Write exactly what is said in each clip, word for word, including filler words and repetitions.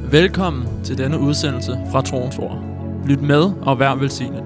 Velkommen til denne udsendelse fra Troens Ord. Lyt med og vær velsignet.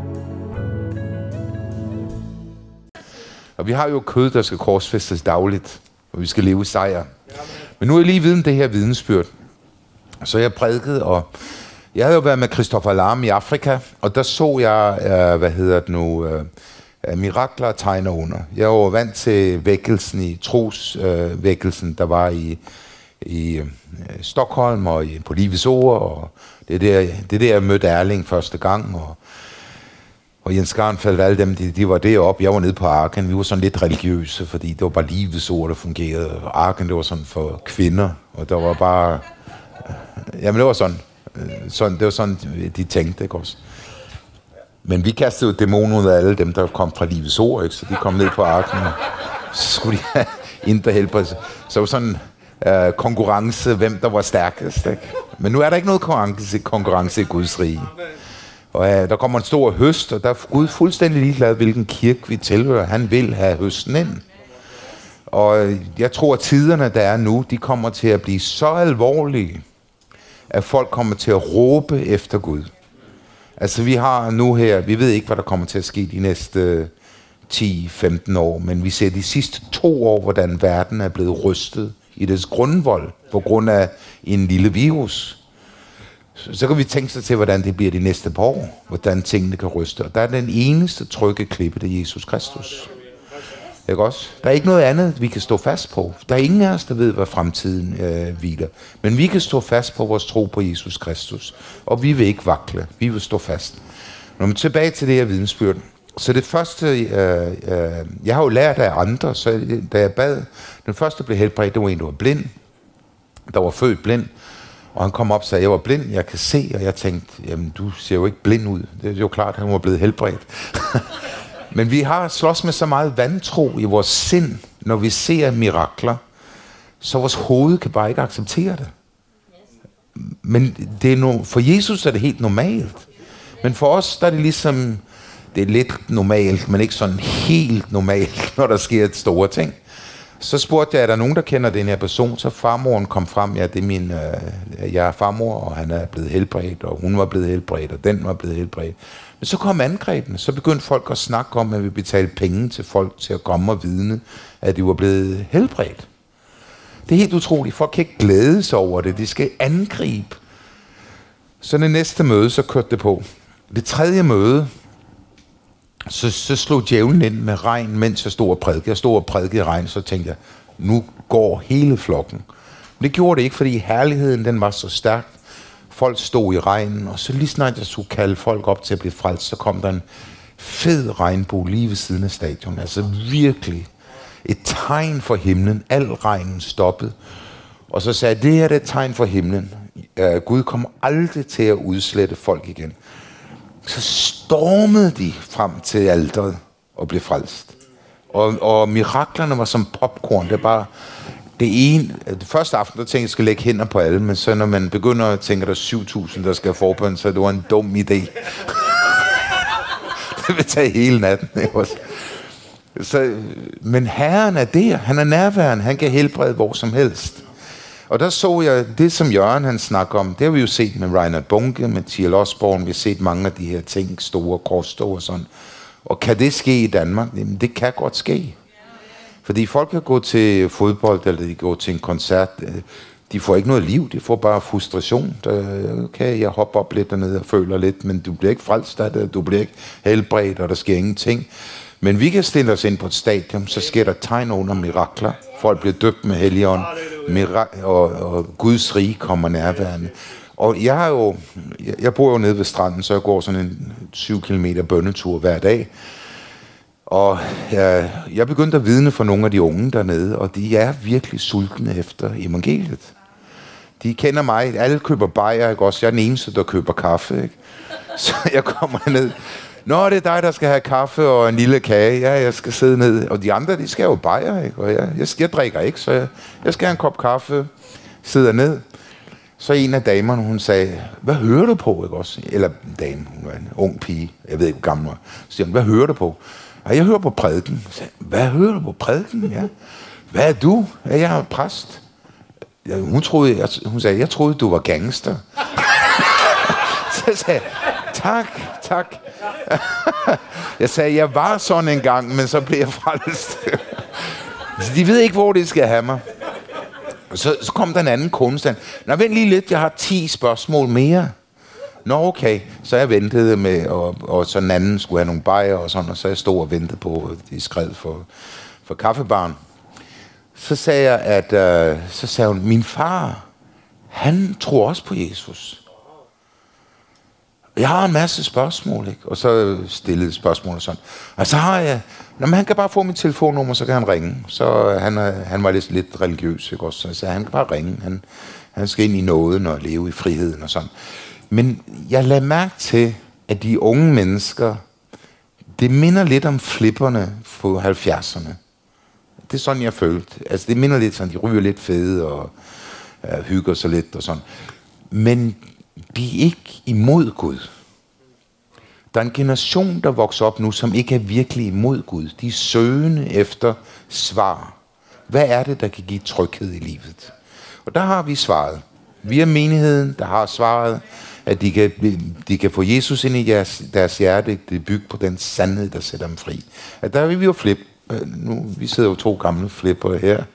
Og vi har jo kød, der skal korsfæstes dagligt, og vi skal leve i sejr. Men nu er jeg lige viden det her vidensbyrd. Så jeg prædikede, og jeg havde jo været med Christopher Lam i Afrika, og der så jeg, øh, hvad hedder det nu, øh, mirakler og tegner under. Jeg var vant til vækkelsen i trosvækkelsen, øh, der var i, i øh, Stockholm og i, på Livets Ord, og det er der, det der, jeg mødte Erling første gang, og Og Jens Garnfeldt, alle dem, de, de var deroppe. Jeg var nede på Arken. Vi var sådan lidt religiøse, fordi det var bare Livets Ord, der fungerede. Og Arken, det var sådan for kvinder. Og der var bare... Jamen, det var sådan. sådan det var sådan, de tænkte, ikke også? Men vi kastede jo dæmoner ud af alle dem, der kom fra Livets Ord, ikke? Så de kom ned på Arken, og så skulle de have indre helbredelse. Så var sådan uh, konkurrence, hvem der var stærkest, ikke? Men nu er der ikke noget konkurrence, konkurrence i Guds rige. Og ja, der kommer en stor høst, og der er Gud fuldstændig ligeglad, hvilken kirke vi tilhører. Han vil have høsten ind. Og jeg tror, at tiderne, der er nu, de kommer til at blive så alvorlige, at folk kommer til at råbe efter Gud. Altså vi har nu her, vi ved ikke, hvad der kommer til at ske de næste ti femten år, men vi ser de sidste to år, hvordan verden er blevet rystet i dets grundvold, på grund af en lille virus. Så kan vi tænke sig til, hvordan det bliver de næste par år, hvordan tingene kan ryste. Og der er den eneste trygge klippe, det er Jesus Kristus. Ikke også? Der er ikke noget andet, vi kan stå fast på. Der er ingen af os, der ved, hvad fremtiden øh, hviler. Men vi kan stå fast på vores tro på Jesus Kristus. Og vi vil ikke vakle. Vi vil stå fast. Når man tilbage til det her vidensbyrd. Så det første, øh, øh, jeg har jo lært af andre, så da jeg bad, den første blev helbredt, det var en, der var blind. Der var født blind. Og han kom op og sagde, jeg var blind, jeg kan se, og jeg tænkte, jamen du ser jo ikke blind ud. Det er jo klart, at han var blevet helbredt. Men vi har slås med så meget vantro i vores sind, når vi ser mirakler, så vores hoved kan bare ikke acceptere det. Men det er no, for Jesus er det helt normalt. Men for os, der er det ligesom, det er lidt normalt, men ikke sådan helt normalt, når der sker et store ting. Så spurgte jeg, er der nogen, der kender den her person? Så farmoren kom frem, ja, det er min, øh, jeg er farmor, og han er blevet helbredt, og hun var blevet helbredt, og den var blevet helbredt. Men så kom angrebene, så begyndte folk at snakke om, at vi betalte penge til folk til at komme og vidne, at de var blevet helbredt. Det er helt utroligt. Folk kan ikke glæde sig over det, de skal angribe. Så det næste møde, så kørte det på. Det tredje møde, Så, så slog djævlen ind med regn, mens jeg stod og prædikede. Jeg stod og prædikede i regn, så tænkte jeg, nu går hele flokken. Men det gjorde det ikke, fordi herligheden den var så stærk. Folk stod i regnen, og så lige snart jeg skulle kalde folk op til at blive frelst, så kom der en fed regnbue lige ved siden af stadion. Altså virkelig et tegn for himlen. Al regnen stoppede. Og så sagde jeg, det her er et tegn for himlen. Uh, Gud kommer aldrig til at udslette folk igen. Så stormede de frem til alteret og blev frelst. Og, og miraklerne var som popcorn. Det er bare det ene. Det første aften, der tænkte jeg, skal lægge hænder på alle, men så når man begynder at tænke, at der er syv tusind, der skal forbønne, så det var en dum idé. Det vil tage hele natten. Også. Så, men Herren er der. Han er nærværende. Han kan helbrede hvor som helst. Og der så jeg, det som Jørgen han snakker om, det har vi jo set med Reinhard Bunke, med T L Osborne, vi har set mange af de her ting, store korstog og sådan. Og kan det ske i Danmark? Jamen, det kan godt ske. Fordi folk kan gå til fodbold, eller de går til en koncert, de får ikke noget liv, de får bare frustration. Okay, jeg hopper op lidt dernede og føler lidt, men du bliver ikke frelst af det, du bliver ikke helbredt, og der sker ingenting. Men vi kan stille os ind på et stadion, så sker der tegn under mirakler. Folk bliver døbt med Helligånd, Mirak- og, og Guds rige kommer nærværende. Og jeg har jo, jeg bor jo nede ved stranden, så jeg går sådan en syv kilometer bønnetur hver dag. Og jeg, jeg begyndte at vidne for nogle af de unge dernede, og de er virkelig sultne efter evangeliet. De kender mig, alle køber bajer, ikke også? Jeg er den eneste, der køber kaffe, ikke? Så jeg kommer ned. Nå, det er dig, der skal have kaffe og en lille kage. Ja, jeg skal sidde ned. Og de andre, de skal jo bajer, ikke? Og jeg, jeg, jeg drikker ikke, så jeg, jeg skal have en kop kaffe, sidder ned. Så en af damerne, hun sagde, hvad hører du på, ikke også? Eller dame, hun var en ung pige, jeg ved ikke, hvor gammel hun var. Så siger hun, hvad hører du på? Og jeg hører på prædiken. Så sagde, hvad hører du på prædiken? Ja. Hvad er du? Ja, jeg er præst. Ja, hun, troede, jeg, hun sagde, jeg troede, du var gangster. Så jeg sagde, tak, tak. Jeg sagde, jeg var sådan en gang, men så blev jeg frelst. De ved ikke, hvor det skal have mig. Så, så kom der en anden kundestand. Nå, vent lige lidt, jeg har ti spørgsmål mere. Nå, okay. Så jeg ventede med, og, og så den anden skulle have nogle bajer og sådan, og så jeg stod og ventede på, at de skred for, for kaffebaren. Så sagde jeg, at øh, så sagde hun, min far, han tror også på Jesus. Jeg har en masse spørgsmål, ikke? Og så stillede spørgsmål og sådan. Og så har jeg, nå, men han kan bare få mit telefonnummer, så kan han ringe. Så han, han var lidt, lidt religiøs, ikke også? Så jeg sagde, han kan bare ringe. Han, han skal ind i nåden og leve i friheden og sådan. Men jeg lagde mærke til, at de unge mennesker, det minder lidt om flipperne på halvfjerdserne. Det er sådan, jeg følte. Altså, det minder lidt sådan, de ryger lidt fede og ja, hygger sig lidt og sådan. Men de er ikke imod Gud. Der er en generation, der vokser op nu, som ikke er virkelig imod Gud. De er søgende efter svar. Hvad er det, der kan give tryghed i livet? Og der har vi svaret. Vi er menigheden, der har svaret, at de kan, de kan få Jesus ind i deres, deres hjerte. Det er bygget på den sandhed, der sætter dem fri. At der vil vi jo flip. Nu, vi sidder jo to gamle flipper her.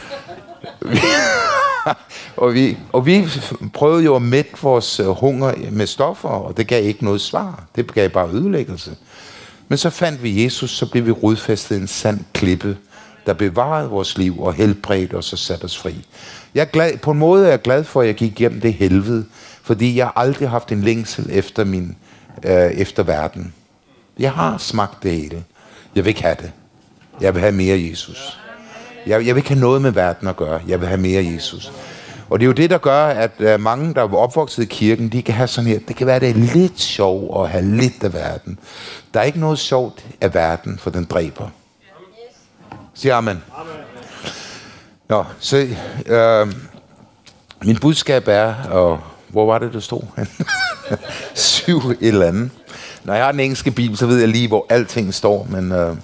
og, vi, og vi prøvede jo at mætte vores hunger med stoffer, og det gav ikke noget svar. Det gav bare ødelæggelse. Men så fandt vi Jesus, så blev vi rodfæstet i en sand klippe, der bevarede vores liv og helbredte os og satte os fri. Jeg er glad, på en måde er jeg glad for, at jeg gik igennem det helvede, fordi jeg aldrig har haft en længsel efter, min, øh, efter verden. Jeg har smagt det hele. Jeg vil ikke have det. Jeg vil have mere Jesus. Jeg, jeg vil ikke have noget med verden at gøre. Jeg vil have mere Jesus. Og det er jo det, der gør, at uh, mange, der er opvokset i kirken, de kan have sådan her. Det kan være, det er lidt sjovt at have lidt af verden. Der er ikke noget sjovt af verden, for den dræber. Sig amen. Nå, så øh, min budskab er, og hvor var det, der stod? Syv et eller andet. Når jeg har den engelske bibel, så ved jeg lige, hvor alting står, men øh,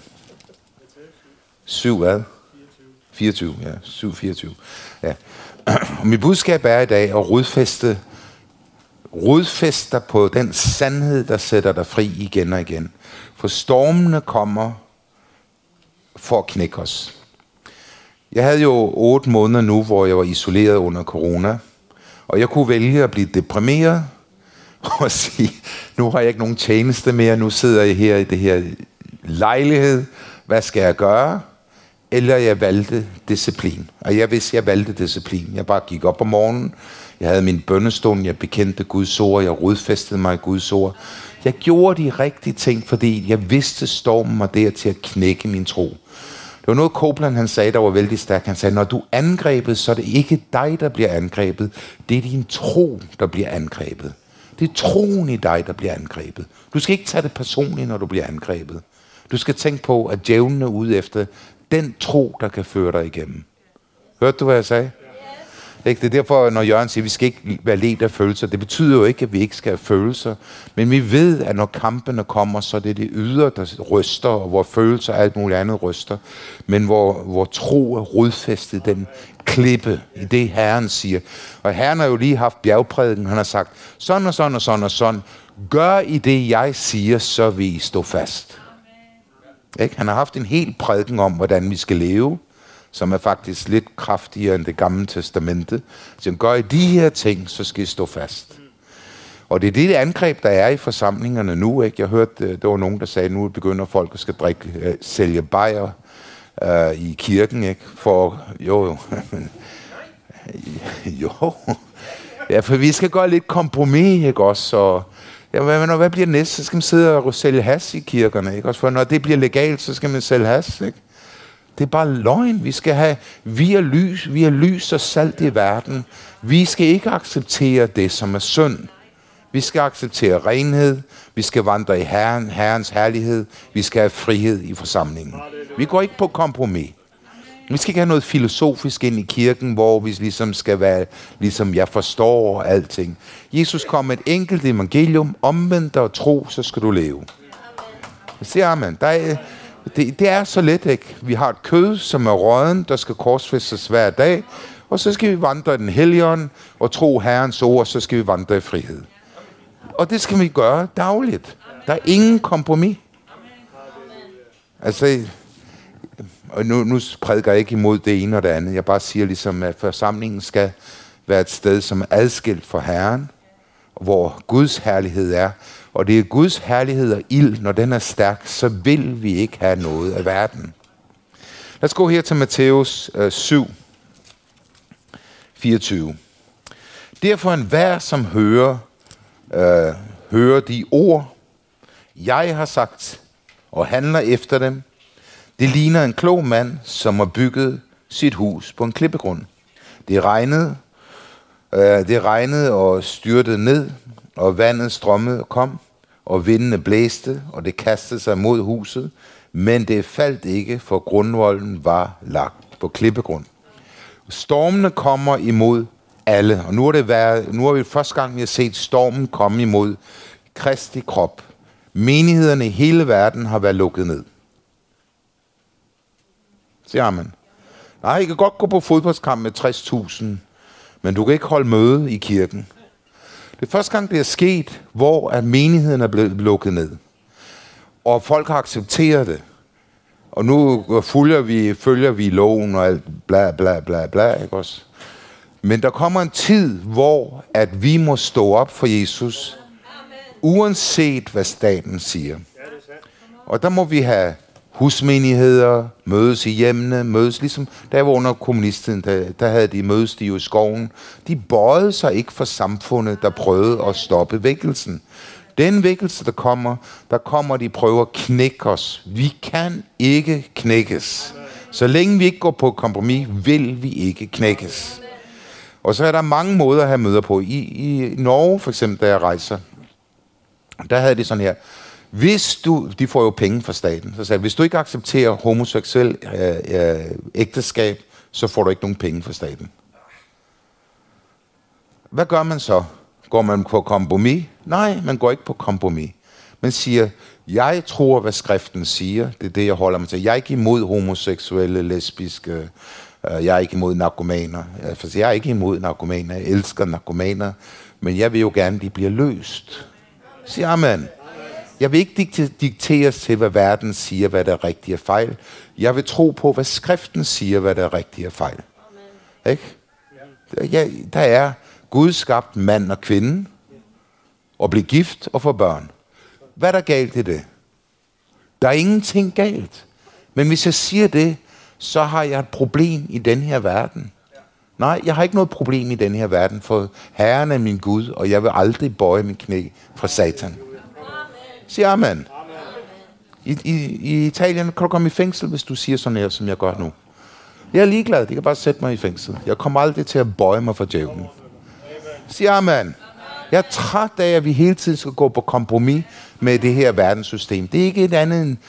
syv hvad? fireogtyve, ja. syv fireogtyve. Ja. Og mit budskab er i dag at rodfæste, rodfæste dig på den sandhed, der sætter dig fri igen og igen. For stormene kommer for at knække os. Jeg havde jo otte måneder nu, hvor jeg var isoleret under corona. Og jeg kunne vælge at blive deprimeret og sige, nu har jeg ikke nogen tjeneste mere, nu sidder jeg her i det her lejlighed. Hvad skal jeg gøre? Eller jeg valgte disciplin. Og jeg vidste, jeg valgte disciplin. Jeg bare gik op om morgenen. Jeg havde min bønnestund. Jeg bekendte Guds ord. Jeg rodfæstede mig i Guds ord. Jeg gjorde de rigtige ting, fordi jeg vidste, stormen var der til at knække min tro. Det var noget, Copeland han sagde, der var vældig stærkt. Han sagde, når du er angrebet, så er det ikke dig, der bliver angrebet. Det er din tro, der bliver angrebet. Det er troen i dig, der bliver angrebet. Du skal ikke tage det personligt, når du bliver angrebet. Du skal tænke på, at djævlen er ude efter den tro, der kan føre dig igennem. Hørte du, hvad jeg sagde? Ikke? Det er derfor, når Jørgen siger, at vi skal ikke være ledt af følelser. Det betyder jo ikke, at vi ikke skal have følelser. Men vi ved, at når kampene kommer, så er det det ydre, der ryster, og hvor følelser og alt muligt andet ryster. Men hvor, hvor tro er rodfæstet, den klippe i det, Herren siger. Og Herren har jo lige haft bjergprædiken. Han har sagt, sådan og sådan og sådan og sådan. Gør I det, jeg siger, så vil I stå fast. Ikke? Han har haft en hel prædiken om, hvordan vi skal leve, som er faktisk lidt kraftigere end det gamle testamente. Så gør I de her ting, så skal I stå fast. Og det er det angreb, der er i forsamlingerne nu. Ikke? Jeg hørte, der var nogen, der sagde, at nu begynder folk at skal drikke, sælge bajer øh, i kirken. Ikke? For, jo, jo. jo. Ja, for vi skal gøre lidt kompromis, ikke også? Og ja, hvad, hvad bliver det næste? Så skal man sidde og sælge has i kirkerne, ikke? Også for når det bliver legalt, så skal man sælge has, ikke? Det er bare løgn. Vi skal have, vi er lys, vi er lys og salt i verden. Vi skal ikke acceptere det, som er synd. Vi skal acceptere renhed. Vi skal vandre i Herren, Herrens herlighed. Vi skal have frihed i forsamlingen. Vi går ikke på kompromis. Vi skal ikke have noget filosofisk ind i kirken, hvor vi ligesom skal være, ligesom jeg forstår alting. Jesus kom med et enkelt evangelium, omvend dig og tro, så skal du leve. Se, amen. Der er, det, det er så let, ikke? Vi har et kød, som er rådden, der skal korsfæstes hver dag, Og så skal vi vandre i den hellige ånd og tro Herrens ord, og så skal vi vandre i frihed. Og det skal vi gøre dagligt. Der er ingen kompromis. Altså, og nu, nu prædiker jeg ikke imod det ene og det andet. Jeg bare siger ligesom, at forsamlingen skal være et sted, som er adskilt fra Herren, hvor Guds herlighed er. Og det er Guds herlighed og ild, når den er stærk, så vil vi ikke have noget af verden. Lad os gå her til Matthæus øh, syv, fireogtyve. Derfor enhver, som hører, øh, hører de ord, jeg har sagt, og handler efter dem, det ligner en klog mand, som har bygget sit hus på en klippegrund. Det regnede, øh, det regnede og styrtede ned, og vandet strømmede og kom, og vindene blæste, og det kastede sig mod huset, men det faldt ikke, for grundvolden var lagt på klippegrund. Stormene kommer imod alle, og nu er det været, nu er vi første gang, vi har set stormen komme imod Kristi krop. Menighederne i hele verden har været lukket ned. Siger amen. Nej, I kan godt gå på fodboldskamp med tres tusind, men du kan ikke holde møde i kirken. Det er første gang, det er sket, hvor at menigheden er blevet lukket ned. Og folk har accepteret det. Og nu følger vi, følger vi loven og alt bla bla bla bla, ikke også? Men der kommer en tid, hvor at vi må stå op for Jesus, uanset hvad staten siger. Og der må vi have husmenigheder, mødes i hjemmene, mødes ligesom, der var under kommunisten, der, der havde de mødes de jo i skoven. De bøjede sig ikke for samfundet, der prøvede at stoppe vækkelsen. Den vækkelse, der kommer, der kommer, de prøver at knække os. Vi kan ikke knækkes. Så længe vi ikke går på kompromis, vil vi ikke knækkes. Og så er der mange måder at have møder på. I, i Norge for eksempel, da jeg rejser, der havde de sådan her. Hvis du, de får jo penge fra staten, så sagde, hvis du ikke accepterer homoseksuel øh, øh, ægteskab, så får du ikke nogen penge fra staten. Hvad gør man så? Går man på kompromis? Nej, man går ikke på kompromis. Man siger, jeg tror, hvad skriften siger. Det er det, jeg holder mig til. Jeg er ikke imod homoseksuelle, lesbiske. Jeg er ikke imod narkomaner. Jeg er ikke imod narkomaner. Jeg elsker narkomaner. Men jeg vil jo gerne, de bliver løst. Siger amen. Jeg vil ikke dikteres til, hvad verden siger, hvad der er rigtigt og fejl. Jeg vil tro på, hvad skriften siger, hvad der er rigtigt og fejl. Ikke? Ja, der er Gud skabt mand og kvinde, og blive gift og få børn. Hvad er der galt i det? Der er ingenting galt. Men hvis jeg siger det, så har jeg et problem i den her verden. Nej, jeg har ikke noget problem i den her verden, for Herren er min Gud, og jeg vil aldrig bøje min knæ fra Satan. Sig amen. I, i, I Italien kan du komme i fængsel, hvis du siger sådan her, som jeg gør nu. Jeg er ligeglad, de kan bare sætte mig i fængsel. Jeg kommer aldrig til at bøje mig for djævlen. Sig amen. Jeg er træt af, at vi hele tiden skal gå på kompromis med det her verdenssystem. Det er ikke et andet end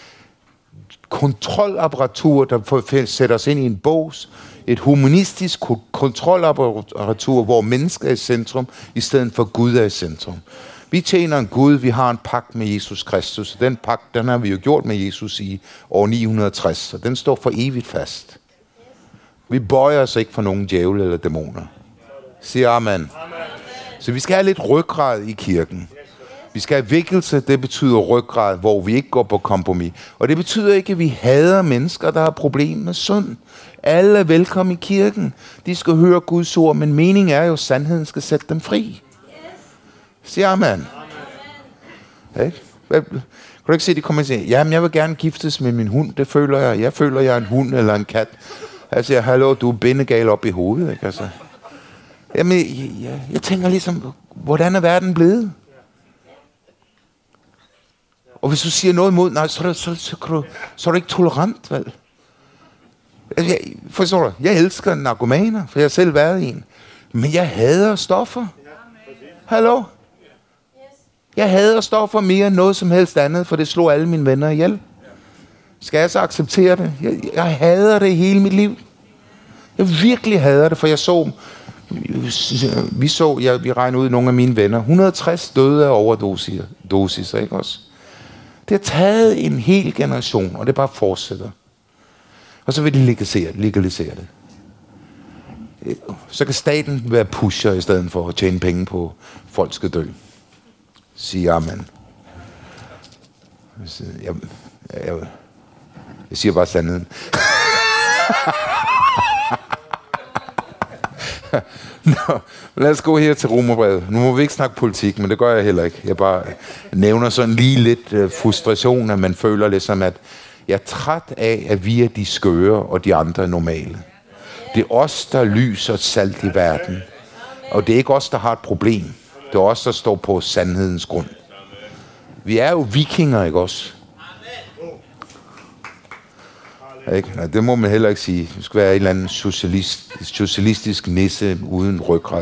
kontrolapparatur, der sætter os ind i en bås. Et humanistisk kontrolapparatur, hvor mennesker er i centrum, i stedet for Gud er i centrum. Vi tjener en Gud, vi har en pagt med Jesus Kristus. Den pagt, den har vi jo gjort med Jesus i år ni hundrede og tres, og den står for evigt fast. Vi bøjer os ikke for nogen djævle eller dæmoner. Siger amen. Så vi skal have lidt ryggrad i kirken. Vi skal have vækkelse, det betyder ryggrad, hvor vi ikke går på kompromis. Og det betyder ikke, at vi hader mennesker, der har problemer med synd. Alle er velkommen i kirken. De skal høre Guds ord, men meningen er jo, at sandheden skal sætte dem fri. Siger amen. Hey? Kan du ikke se, de kommer og siger, jamen jeg vil gerne giftes med min hund, det føler jeg. Jeg føler, jeg er en hund eller en kat. Jeg siger, hallo, du er bindegal op i hovedet, ikke? Altså. Jamen, jeg, jeg, jeg tænker ligesom, hvordan er verden blevet? Og hvis du siger noget imod, nej, så er, så, så, så, så er du ikke tolerant, vel? Jeg, forstår du? Jeg elsker narkomaner, for jeg har selv været en. Men jeg hader stoffer. Hallo? Jeg hader stoffer mere end noget som helst andet, for det slog alle mine venner ihjel. Skal jeg så acceptere det? Jeg, jeg hader det i hele mit liv. Jeg virkelig hader det, for jeg så... Vi så, jeg, vi regner ud nogle af mine venner. et hundrede og tres døde af overdosis, dosis, ikke også? Det har taget en hel generation, og det bare fortsætter. Og så vil de legalisere, legalisere det. så kan staten være pusher i stedet for at tjene penge på, at folk skal dø. Sig amen. Jeg, jeg, jeg siger bare sandheden. Nå, lad os gå her til Romerbrevet. Nu må vi ikke snakke politik, men det gør jeg heller ikke. Jeg bare nævner sådan lige lidt uh, frustration, at man føler ligesom, at jeg er træt af, at vi er de skøre, og de andre er normale. Det er os, der lyser salt i verden. Og det er ikke os, der har et problem. Det er os, der står på sandhedens grund. Vi er jo vikinger, ikke også? Ikke? Nej, det må man heller ikke sige. Det skal være en eller anden socialist, socialistisk nisse uden ryggrad.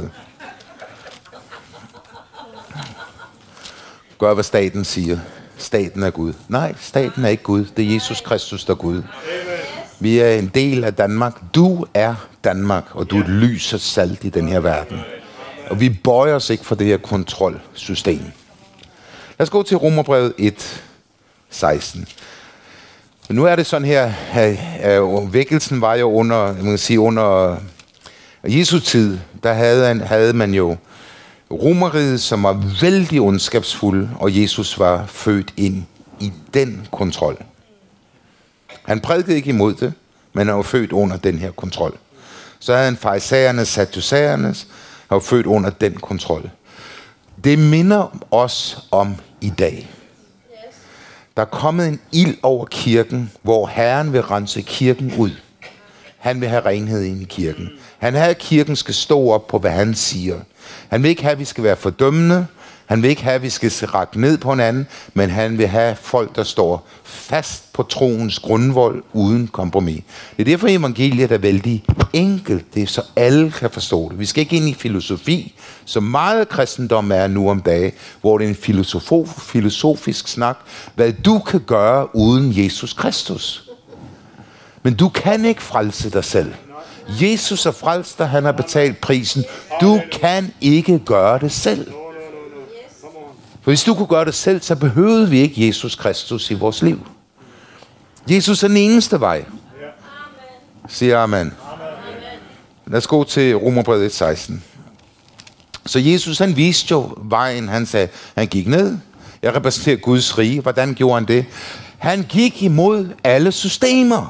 Gør, hvad staten siger. Staten er Gud. Nej, staten er ikke Gud. Det er Jesus Kristus, der er Gud. Vi er en del af Danmark. Du er Danmark, og du er et lys og salt i den her verden. Og vi bøjer os ikke for det her kontrolsystem. Lad os gå til Romerbrevet et, seksten. Nu er det sådan her, at vækkelsen var jo under, man kan sige, under Jesu tid, der havde, havde man jo Romeriet, som var vældig ondskabsfuld, og Jesus var født ind i den kontrol. Han prædikede ikke imod det, men han var født under den her kontrol. Så havde han farisæernes, sadducæernes, han var født under den kontrol. Det minder os om i dag. Der er kommet en ild over kirken, hvor Herren vil rense kirken ud. Han vil have renhed ind i kirken. Han vil have, at kirken skal stå op på, hvad han siger. Han vil ikke have, at vi skal være fordømmende. Han vil ikke have, at vi skal række ned på hinanden. Men han vil have folk, der står fast på troens grundvold uden kompromis. Det er derfor, evangeliet er vældig enkelt. Det er så alle kan forstå det. Vi skal ikke ind i filosofi, så meget kristendom er nu om dagen, hvor det er en filosof, filosofisk snak, hvad du kan gøre uden Jesus Kristus. Men du kan ikke frelse dig selv. Jesus er frelst, og han har betalt prisen. Du kan ikke gøre det selv. For hvis du kunne gøre det selv, så behøvede vi ikke Jesus Kristus i vores liv. Jesus er den eneste vej. Siger amen. Lad os gå til Romerbrevet et, seksten. Så Jesus, han viste jo vejen. Han sagde, han gik ned. Jeg repræsenterer Guds rige. Hvordan gjorde han det? Han gik imod alle systemer.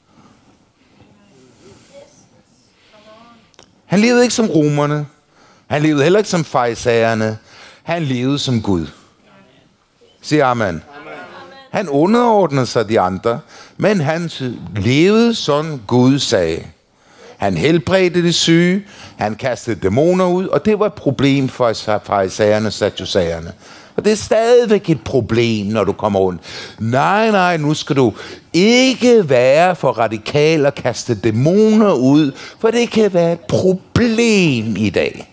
Han levede ikke som romerne. Han levede heller ikke som farisæerne. Han levede som Gud. Sig amen. Han underordnede sig de andre, men han levede som Gud sagde. Han helbredte de syge, han kastede dæmoner ud, og det var et problem for farisæerne og sadducæerne. Og det er stadigvæk et problem, når du kommer rundt. Nej, nej, nu skal du ikke være for radikal og kaste dæmoner ud, for det kan være et problem i dag.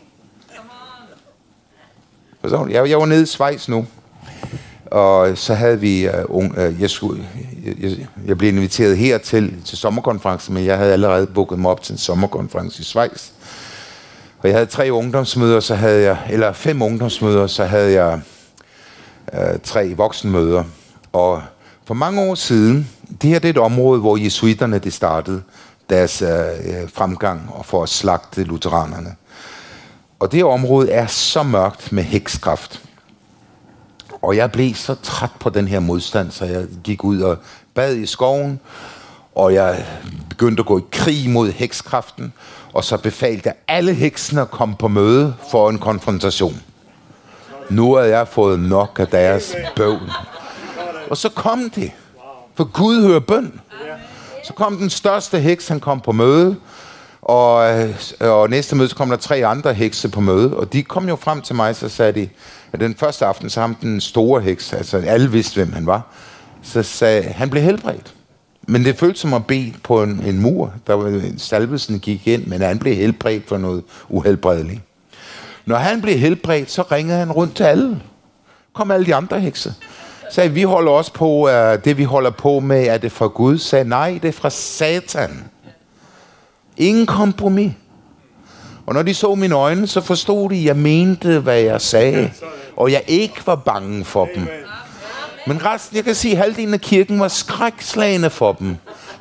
Jeg, jeg var nede i Schweiz nu, og så havde vi, uh, uh, jeg, skulle, jeg, jeg blev inviteret hertil til sommerkonferencen, men jeg havde allerede booket mig op til en sommerkonference i Schweiz. Og jeg havde tre ungdomsmøder, så havde jeg, eller fem ungdomsmøder, så havde jeg uh, tre voksenmøder. Og for mange år siden, det her det er et område, hvor jesuiterne det startede deres uh, fremgang og for at slagte lutheranerne. Og det område er så mørkt med hekskraft. Og jeg blev så træt på den her modstand, så jeg gik ud og bad i skoven. Og jeg begyndte at gå i krig mod hekskraften. Og så befalte jeg alle heksene at komme på møde for en konfrontation. Nu har jeg fået nok af deres bøvl. Og så kom det. For Gud hører bøn. Så kom den største heks, han kom på møde. Og, og næste møde, så kom der tre andre hekse på møde, og de kom jo frem til mig, så sagde de, at den første aften, så ham den store heks, altså alle vidste, hvem han var, så sagde han blev helbredt. Men det føltes som at bede på en, en mur, der var salvelsen gik ind, men han blev helbredt for noget uhelbredeligt. Når han blev helbredt, så ringede han rundt til alle. Kom alle de andre hekse. Sagde, vi holder også på, uh, det vi holder på med, er det fra Gud? Sagde, nej, det er fra Satan. Ingen kompromis. Og når de så mine øjne, så forstod de, at jeg mente, hvad jeg sagde. Og jeg ikke var bange for dem. Men resten, jeg kan sige, at halvdelen af kirken var skrækslagende for dem.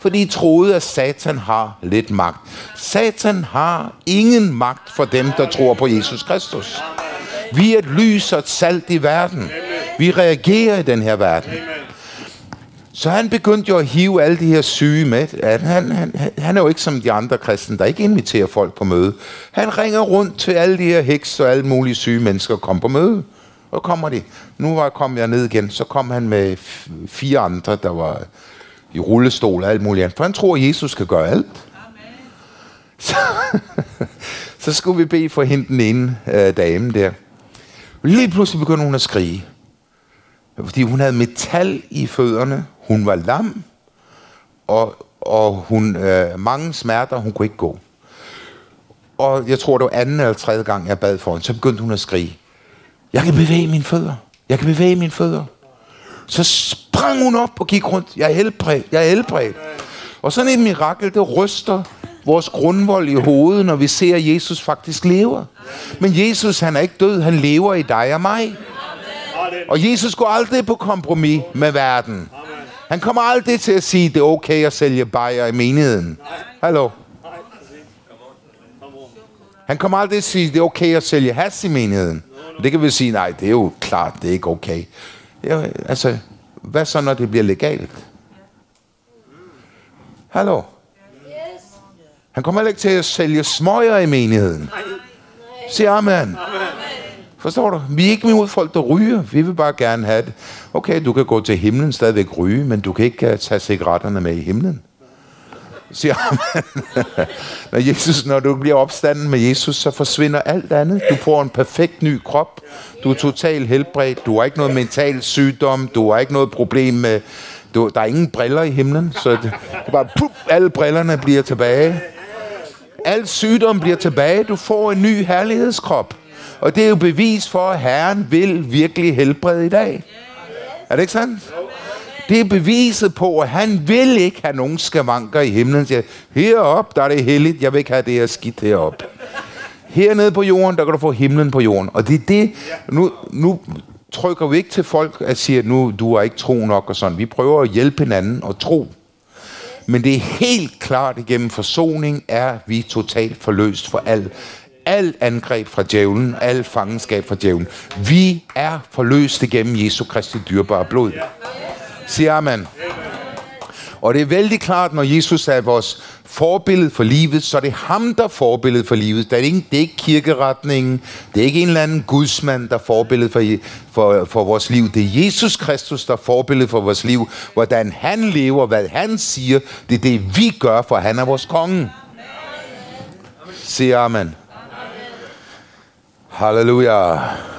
fordi I troede, at Satan har lidt magt. Satan har ingen magt for dem, der tror på Jesus Kristus. Vi er et lys og et salt i verden. Vi reagerer i den her verden. Så han begyndte jo at hive alle de her syge med. At han, han, han er jo ikke som de andre kristne, der ikke inviterer folk på møde. Han ringer rundt til alle de her heks og alle mulige syge mennesker og kommer på møde. Og kommer de. Nu var kom jeg ned igen. Så kom han med fire andre, der var i rullestol og alt muligt andet. For han tror, at Jesus kan gøre alt. Så, så skulle vi bede for hende den ene øh, dame der. Lige pludselig begyndte hun at skrige. Fordi hun havde metal i fødderne. Hun var lam. Og, og hun øh, mange smerter. Hun kunne ikke gå. Og jeg tror, det var anden eller tredje gang, jeg bad for hende. Så begyndte hun at skrige. Jeg kan bevæge mine fødder. Jeg kan bevæge mine fødder. Så sprang hun op og gik rundt. Jeg er helbredt. Jeg er helbredt. Og sådan et mirakel, det ryster vores grundvold i hovedet, når vi ser, at Jesus faktisk lever. Men Jesus, han er ikke død. Han lever i dig og mig. Og Jesus går aldrig på kompromis med verden. Han kommer aldrig til at sige, det er okay at sælge bajer i menigheden. Hallo? Han kommer aldrig til at sige, det er okay at sælge hash i menigheden. Det kan vi sige, nej, det er jo klart, det er ikke okay. Ja, altså, hvad så, når det bliver legalt? Hallo? Han kommer heller ikke til at sælge smøger i menigheden. Sig amen. Forstår du? Vi er ikke imod folk, der ryger. Vi vil bare gerne have det. Okay, du kan gå til himlen stadigvæk ryge, men du kan ikke tage cigaretterne med i himlen. Siger amen. Når, Jesus, når du bliver opstanden med Jesus, så forsvinder alt andet. Du får en perfekt ny krop. Du er totalt helbredt. Du har ikke noget mental sygdom. Du har ikke noget problem med... Du, der er ingen briller i himlen, så det, det er bare... Pup, alle brillerne bliver tilbage. Al sygdom bliver tilbage. Du får en ny herlighedskrop. Og det er jo bevis for, at Herren vil virkelig helbrede i dag. Er det ikke sandt? Det er beviset på, at han vil ikke have nogen skavanker i himlen. Siger, heroppe, der er det helligt. Jeg vil ikke have det her skidt heroppe. Hernede på jorden, der kan du få himlen på jorden. Og det er det. Nu, nu trykker vi ikke til folk, at sige, at nu du er ikke tro nok og sådan. Vi prøver at hjælpe hinanden og tro. Men det er helt klart, igennem forsoning er vi totalt forløst for alt. Alt angreb fra djævlen, alt fangenskab fra djævlen. Vi er forløst igennem Jesu Kristi dyrebare blod. Siger amen. Og det er vældig klart, når Jesus er vores forbillede for livet, så er det ham, der er forbillede for livet. Det er ikke, det er ikke kirkeretningen, det er ikke en eller anden gudsmand, der er forbillede for, for, for vores liv. Det er Jesus Kristus, der er forbillede for vores liv. Hvordan han lever, hvad han siger, det er det, vi gør, for han er vores konge. Siger amen. Halleluja.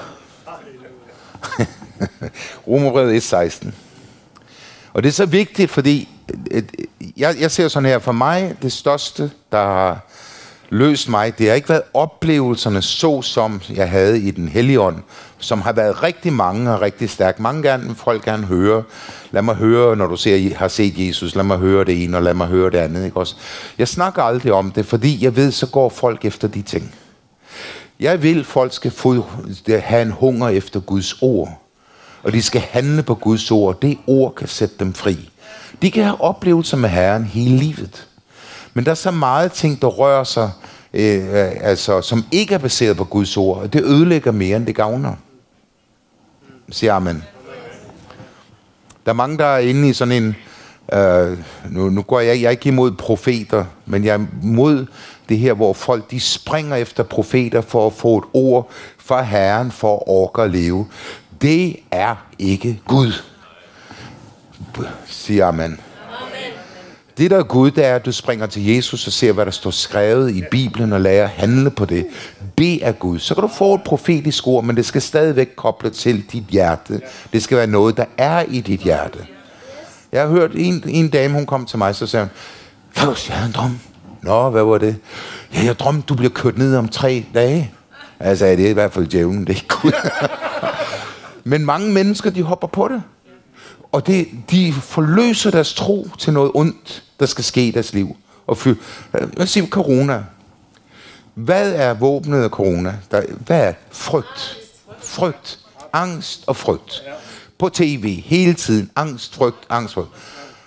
Romerbrevet et seksten. Og det er så vigtigt, fordi jeg, jeg ser sådan her, for mig, det største, der har løst mig, det har ikke været oplevelserne, så som jeg havde i den hellige ånd, som har været rigtig mange og rigtig stærke. Mange gerne, folk gerne høre. Lad mig høre, når du ser, har set Jesus, lad mig høre det ene, og lad mig høre det andet. Ikke også? Jeg snakker aldrig om det, fordi jeg ved, så går folk efter de ting. Jeg vil, folk skal få, have en hunger efter Guds ord. Og de skal handle på Guds ord. Det ord kan sætte dem fri. De kan have oplevelser med Herren hele livet. Men der er så meget ting, der rører sig, øh, altså, som ikke er baseret på Guds ord. Og det ødelægger mere, end det gavner. Siger amen. Der er mange, der er inde i sådan en... Øh, nu, nu går jeg, jeg er ikke imod profeter, men jeg er imod det her, hvor folk de springer efter profeter for at få et ord fra Herren for at orke at leve. Det er ikke Gud. Siger amen. Det der er Gud, det er, at du springer til Jesus og ser, hvad der står skrevet i Bibelen og lærer at handle på det. Det er Gud. Så kan du få et profetisk ord, men det skal stadigvæk koble til dit hjerte. Det skal være noget, der er i dit hjerte. Jeg har hørt en, en dame, hun kom til mig, så sagde hun, jeg havde en drøm. Nå, hvad var det? Ja, jeg drømte, du bliver kørt ned om tre dage. Jeg sagde, det er i hvert fald djævlen, det er ikke Gud. Men mange mennesker, de hopper på det. Og det, de forløser deres tro til noget ondt, der skal ske i deres liv. Og fy, hvad siger corona? Hvad er våbnet af corona? Der, hvad er frygt? Frygt. Angst og frygt. På tv hele tiden. Angst, frygt, angst, frygt.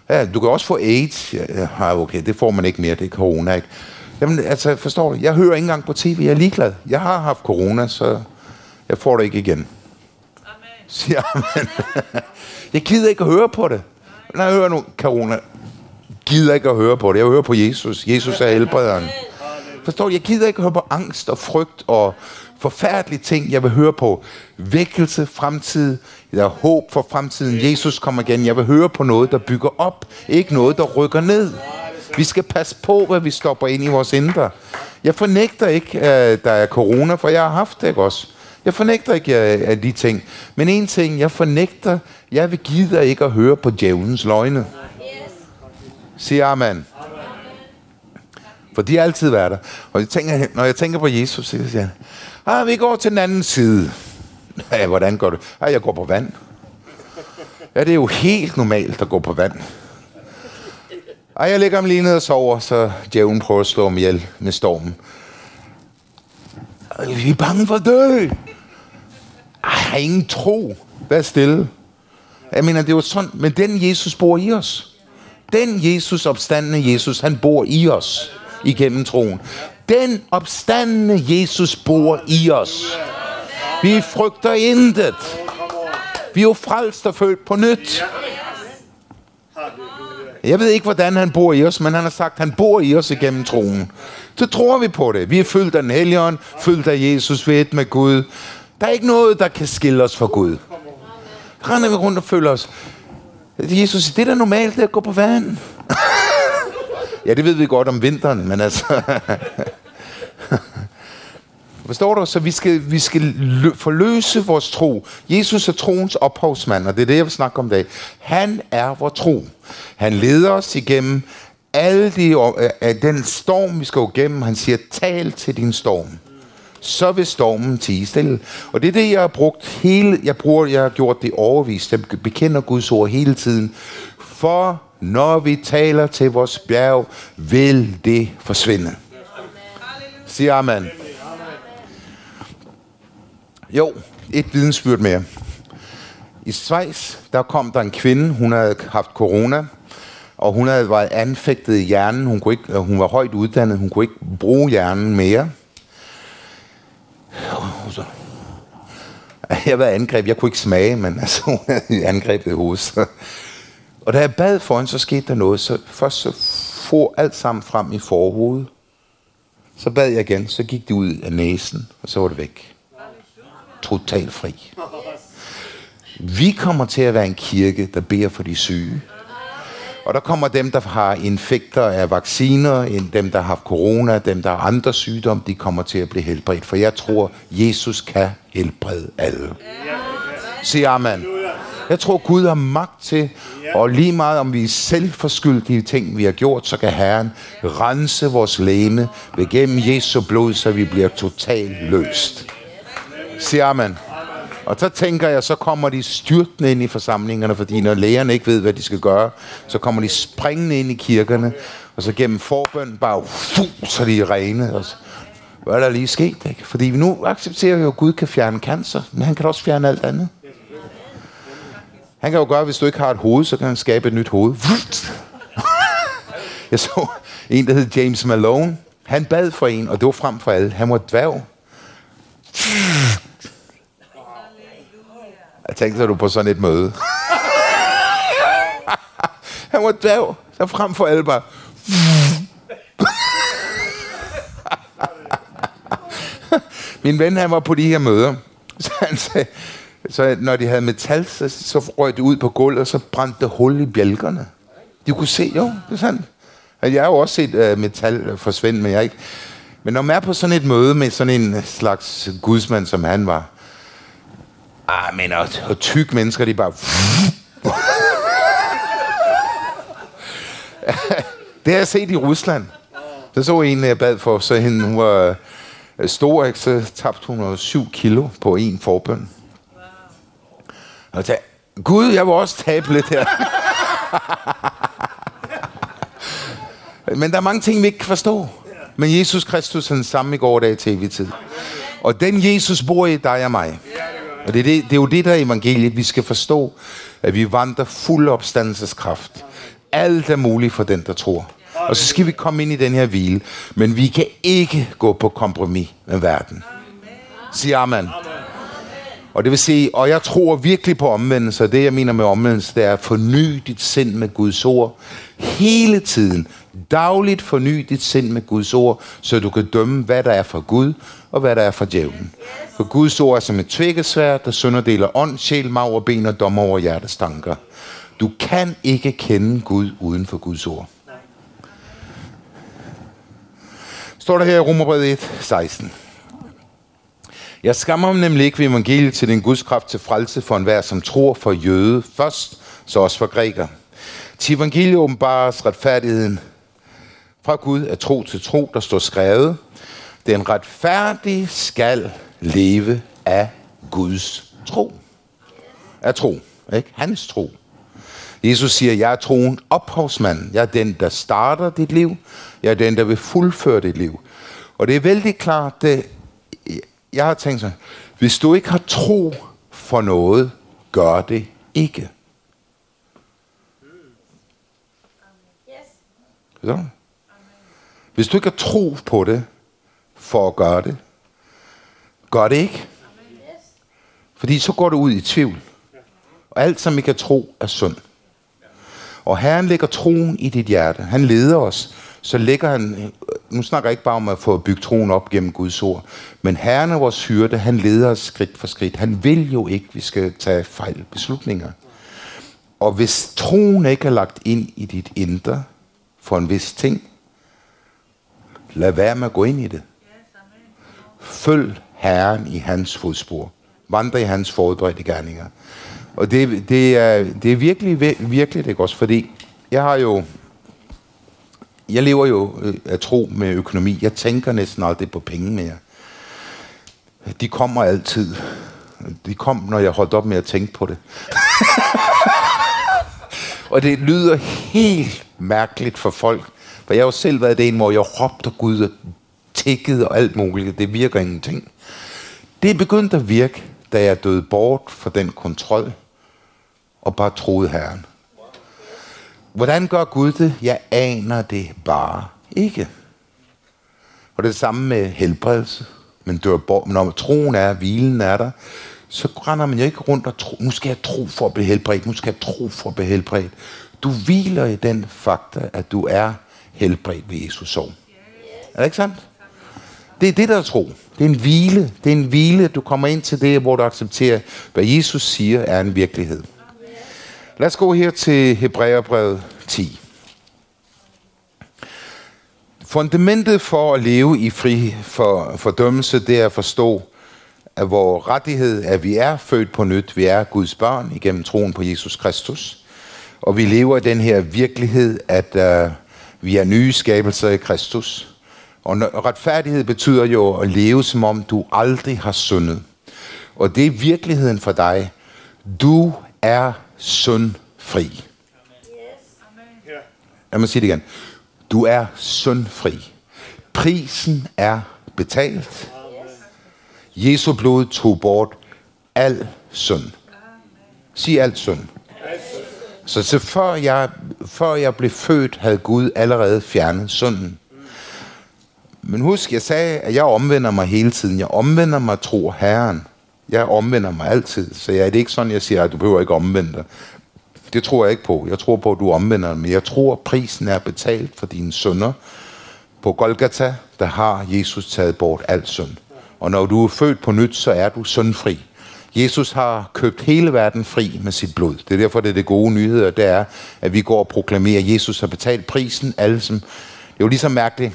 Ja, du kan også få AIDS. Ja, okay, det får man ikke mere, det er corona, ikke? Jamen, altså, forstår du? Jeg hører ikke engang på tv, jeg er ligeglad. Jeg har haft corona, så jeg får det ikke igen. Amen. Siger amen. Jeg gider ikke at høre på det. Når jeg hører nu corona, gider ikke at høre på det. Jeg hører på Jesus. Jesus er helbrederen. Forstår du? Jeg gider ikke at høre på angst og frygt og forfærdelige ting. Jeg vil høre på vækkelse, fremtid. Der er håb for fremtiden. Jesus kommer igen. Jeg vil høre på noget, der bygger op. Ikke noget, der rykker ned. Vi skal passe på, hvad vi stopper ind i vores indre. Jeg fornægter ikke, at der er corona, for jeg har haft det, ikke også? Jeg fornægter ikke af de ting. Men en ting, jeg fornægter, jeg vil gider ikke at høre på djævelens løgne. Siger amen. For de har altid været der. Og jeg tænker, når jeg tænker på Jesus, så siger jeg, ah, vi går til den anden side. Ja, hvordan går det? Ah, jeg går på vand. Ja, det er jo helt normalt at gå på vand. Ah, jeg lægger mig lige ned og sover, så djævlen prøver at slå mig ihjel med stormen. Vi er bange for at dø. Ej, jeg har ingen tro. Vær stille. Jeg mener, det er jo sådan, men den Jesus bor i os. Den Jesus, opstandende Jesus, han bor i os igennem troen. Den opstandende Jesus bor i os. Vi frygter intet. Vi er jo frelst og født på nyt. Jeg ved ikke, hvordan han bor i os, men han har sagt, at han bor i os igennem troen. Så tror vi på det. Vi er fyldt af den Helligånd, fyldt af Jesus, vi er et med Gud. Der er ikke noget, der kan skille os fra Gud. Render vi rundt og føler os. Jesus, det er da normalt, det at gå på vand. Ja, det ved vi godt om vinteren, men altså... Forstår du? Så vi skal, vi skal lø- forløse vores tro. Jesus er troens ophavsmand, og det er det, jeg vil snakke om i dag. Han er vores tro. Han leder os igennem alle de, øh, den storm, vi skal gå igennem. Han siger, tal til din storm. Så vil stormen tie stille. Og det er det, jeg har brugt hele... Jeg, bruger, jeg har gjort det overvist. Jeg bekender Guds ord hele tiden. For når vi taler til vores bjerg, vil det forsvinde. Sig amen. Jo, et vidensbyrd mere. I Schweiz, der kom der en kvinde, hun havde haft corona, og hun havde været anfægtet i hjernen. Hun, kunne ikke, hun var højt uddannet, hun kunne ikke bruge hjernen mere. Jeg var angreb, jeg kunne ikke smage, men altså, hun havde angrebet i hovedet. Og da jeg bad for hende, så skete der noget. Så først så for alt sammen frem i forhovedet. Så bad jeg igen, så gik det ud af næsen, og så var det væk. Totalt fri. Vi kommer til at være en kirke, der beder for de syge. Og der kommer dem, der har infekter af vacciner, dem, der har haft corona, dem, der har andre sygdomme, de kommer til at blive helbredt. For jeg tror, Jesus kan helbrede alle. Sig amen. Jeg tror, Gud har magt til, og lige meget om vi er selvforskyldige ting, vi har gjort, så kan Herren rense vores legeme ved gennem Jesu blod, så vi bliver totalt løst. Sig amen. Og så tænker jeg, så kommer de styrtende ind i forsamlingerne, fordi når lægerne ikke ved, hvad de skal gøre, så kommer de springende ind i kirkerne, og så gennem forbøn bare, fuh, så de er rene. Og så, hvad er der lige sket, ikke? Fordi nu accepterer vi jo, at Gud kan fjerne cancer, men han kan også fjerne alt andet. Han kan jo gøre, hvis du ikke har et hoved, så kan han skabe et nyt hoved. Jeg så en, der hed James Malone. Han bad for en, og det var frem for alle. Han var dværg. Jeg tænkte, du på sådan et møde. Han var dværg. Så frem for alle bare. Min ven, han var på de her møder. Så han sagde, så når de havde metal, så, så røg det ud på gulvet, og så brændte det hul i bjælkerne. De kunne se, jo, det er sandt. Jeg har jo også set uh, metal forsvinde, men jeg ikke. Men når man er på sådan et møde med sådan en slags gudsmand, som han var, ah, men og, og tykke mennesker, de bare... Det har jeg set i Rusland. Så så en, jeg bad for, så hende, hun var stor, ikke? Så tabte hun syv kilo på en forbøn. Og jeg sagde, Gud, jeg vil også tabe lidt her. Men der er mange ting, vi ikke kan forstå. Men Jesus Kristus er den samme i går dag til evig tid. Og den Jesus bor i dig og mig. Og det er, det, det er jo det, der er evangeliet. Vi skal forstå, at vi vandrer fuld opstandelseskraft. Alt er muligt for den, der tror. Og så skal vi komme ind i den her hvile. Men vi kan ikke gå på kompromis med verden. Sig amen. Og det vil sige, og jeg tror virkelig på omvendelse, og det jeg mener med omvendelse, det er at forny dit sind med Guds ord. Hele tiden. Dagligt forny dit sind med Guds ord, så du kan dømme, hvad der er fra Gud, og hvad der er fra djævlen. For Guds ord er som et tvækkesværd, der sønderdeler ånd, sjæl, marv og ben og dommer over hjertes tanker. Du kan ikke kende Gud uden for Guds ord. Står der her i Romerbrevet et, seksten. Jeg skammer mig nemlig ikke ved evangeliet til den Guds kraft til frelse for enhver, som tror, for jøde først, så også for græker. Til evangeliet åbenbares retfærdigheden fra Gud af tro til tro, der står skrevet. Den retfærdige skal leve af Guds tro. Af tro, ikke? Hans tro. Jesus siger, jeg er troen ophavsmand. Jeg er den, der starter dit liv. Jeg er den, der vil fuldføre dit liv. Og det er vældig klart, det, jeg har tænkt sådan, hvis du ikke har tro for noget, gør det ikke. Så. Hvis du ikke har tro på det, for at gøre det, gør det ikke. Fordi så går du ud i tvivl. Og alt, som ikke kan tro, er synd. Og Herren lægger troen i dit hjerte. Han leder os. Så lægger han, nu snakker jeg ikke bare om at få bygget troen op gennem Guds ord, men Herren er vores hyrde, han leder os skridt for skridt. Han vil jo ikke, at vi skal tage fejl beslutninger. Og hvis troen ikke er lagt ind i dit indre for en vis ting, lad være med at gå ind i det. Følg Herren i hans fodspor. Vandre i hans forudbredte gerninger. Og det, det, er, det er virkelig, virkelig det også, fordi jeg har jo, jeg lever jo af tro med økonomi. Jeg tænker næsten aldrig på penge mere. De kommer altid. De kom, når jeg holdt op med at tænke på det. Og det lyder helt mærkeligt for folk. For jeg har jo selv været det en, hvor jeg råbte Gud og tækkede og alt muligt. Det virker ingenting. Det er begyndt at virke, da jeg døde bort fra den kontrol og bare troede Herren. Hvordan gør Gud det? Jeg aner det bare ikke. Og det er det samme med helbredelse. Men dør bort. Men når troen er, hvilen er der, så render man jo ikke rundt og tro. Nu skal jeg tro for at blive helbredt. Nu skal jeg tro for at blive helbredt. Du hviler i den fakta, at du er helbredt ved Jesus sorg. Er det ikke sandt? Det er det, der er tro. Det er en hvile. Det er en hvile, du kommer ind til det, hvor du accepterer, hvad Jesus siger er en virkelighed. Lad os gå her til Hebræerbrevet ti. Fundamentet for at leve i fri for fordømmelse, det er at forstå, at vores rettighed er, at vi er født på nyt. Vi er Guds børn igennem troen på Jesus Kristus. Og vi lever i den her virkelighed, at uh, vi er nye skabelser i Kristus. Og retfærdighed betyder jo at leve, som om du aldrig har syndet. Og det er virkeligheden for dig. Du er syndfri. Lad mig sige det igen. Du er syndfri. Prisen er betalt. Jesu blod tog bort al synd. Sig alt synd. Så, så før, jeg, før jeg blev født, havde Gud allerede fjernet synden. Men husk, jeg sagde, at jeg omvender mig hele tiden. Jeg omvender mig, tror Herren. Jeg omvender mig altid. Så jeg, det er ikke sådan, jeg siger, at du behøver ikke omvende dig. Det tror jeg ikke på. Jeg tror på, at du omvender dig. Men jeg tror, at prisen er betalt for dine synder. På Golgata, der har Jesus taget bort al synd. Og når du er født på nyt, så er du syndfri. Jesus har købt hele verden fri med sit blod. Det er derfor, det er det gode nyheder, det er, at vi går og proklamerer, at Jesus har betalt prisen. Alle som, det er jo ligesom mærkeligt.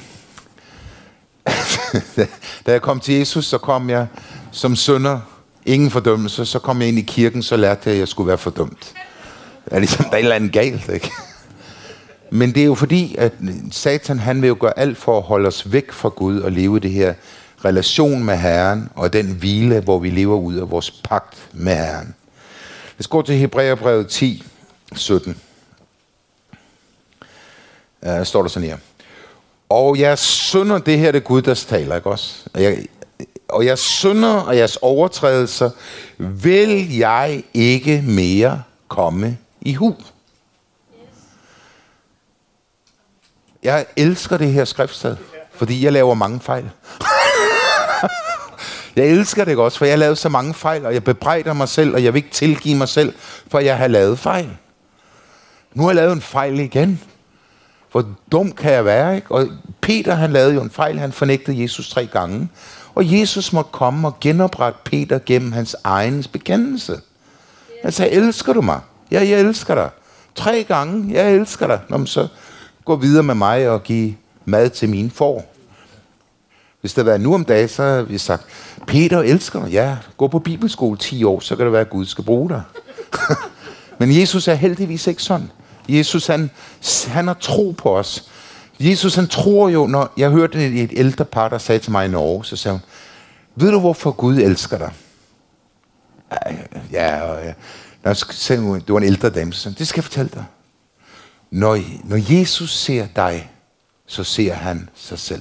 Da jeg kom til Jesus, så kom jeg som synder, ingen fordømmelse. Så kom jeg ind i kirken, så lærte jeg, at jeg skulle være fordømt. Det er ligesom, der er et eller andet galt, ikke? Men det er jo fordi, at Satan, han vil jo gøre alt for at holde os væk fra Gud og leve det her relation med Herren, og den hvile, hvor vi lever ud af vores pagt med Herren. Lad os gå til Hebræerbrevet ti, sytten. Der står der sådan her. Og jeg synder, det her det er Gud, der taler, ikke også? Og jeg, og jeg synder, og jeres overtrædelser, vil jeg ikke mere komme i hu. jeg elsker det her skriftsted, fordi jeg laver mange fejl. Jeg elsker det også, for jeg har lavet så mange fejl, og jeg bebrejder mig selv, og jeg vil ikke tilgive mig selv, for jeg har lavet fejl. Nu har jeg lavet en fejl igen. Hvor dum kan jeg være, ikke? Og Peter, han lavede jo en fejl, han fornægtede Jesus tre gange. Og Jesus måtte komme og genoprette Peter gennem hans egen bekendelse. Han sagde, elsker du mig? Ja, jeg elsker dig. Tre gange, jeg elsker dig. Nå, men så gå videre med mig og give mad til mine får. Hvis det var nu om dagen, så havde vi sagt, Peter elsker dig. Ja, gå på bibelskole ti år, så kan det være, at Gud skal bruge dig. Men Jesus er heldigvis ikke sådan. Jesus, han, han har tro på os. Jesus, han tror jo, når jeg hørte et, et ældre par, der sagde til mig i Norge, så sagde hun, ved du, hvorfor Gud elsker dig? Ja, og ja. Det var en ældre dame, så sagde, det skal jeg fortælle dig. Når, når Jesus ser dig, så ser han sig selv.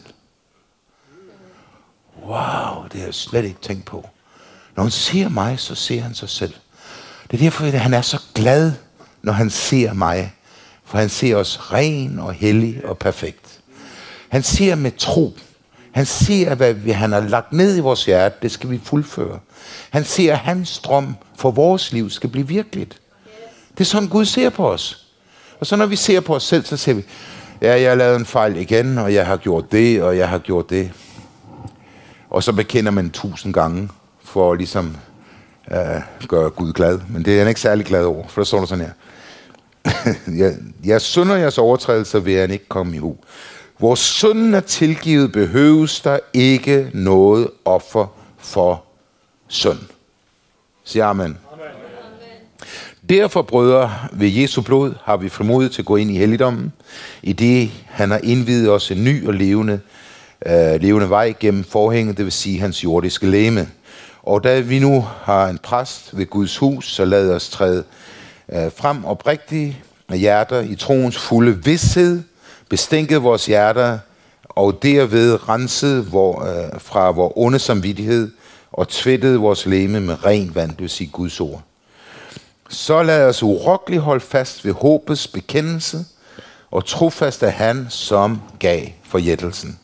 Wow, det har jeg slet ikke tænkt på. Når han ser mig, så ser han sig selv. Det er derfor, at han er så glad, når han ser mig. For han ser os ren og hellig og perfekt. Han ser med tro. Han ser, hvad han har lagt ned i vores hjerte. Det skal vi fuldføre. Han ser, at hans drøm for vores liv skal blive virkeligt. Det er sådan, Gud ser på os. Og så når vi ser på os selv, så ser vi, ja, jeg har lavet en fejl igen, og jeg har gjort det, og jeg har gjort det. Og så bekender man tusind gange, for at ligesom øh, gøre Gud glad. Men det er han ikke særlig glad over, for der står der sådan her. jeg, jeg synder jeres overtrædelser, vil han ikke komme i hu. Hvor synden er tilgivet, behøves der ikke noget offer for synd. Siger amen. Amen. Derfor, brødre, ved Jesu blod har vi frimodet til at gå ind i helligdommen, i det han har indviet os en ny og levende, øh, levende vej gennem forhænget, det vil sige hans jordiske legeme. Og da vi nu har en præst ved Guds hus, så lad os træde øh, frem oprigtigt med hjerter i troens fulde vidshed, bestænket vores hjerter, og derved renset vor, øh, fra vores onde samvittighed, og tvættet vores legeme med rent vand, det vil sige Guds ord. Så lad os urokkeligt holde fast ved håbets bekendelse, og trofast af han, som gav forjættelsen.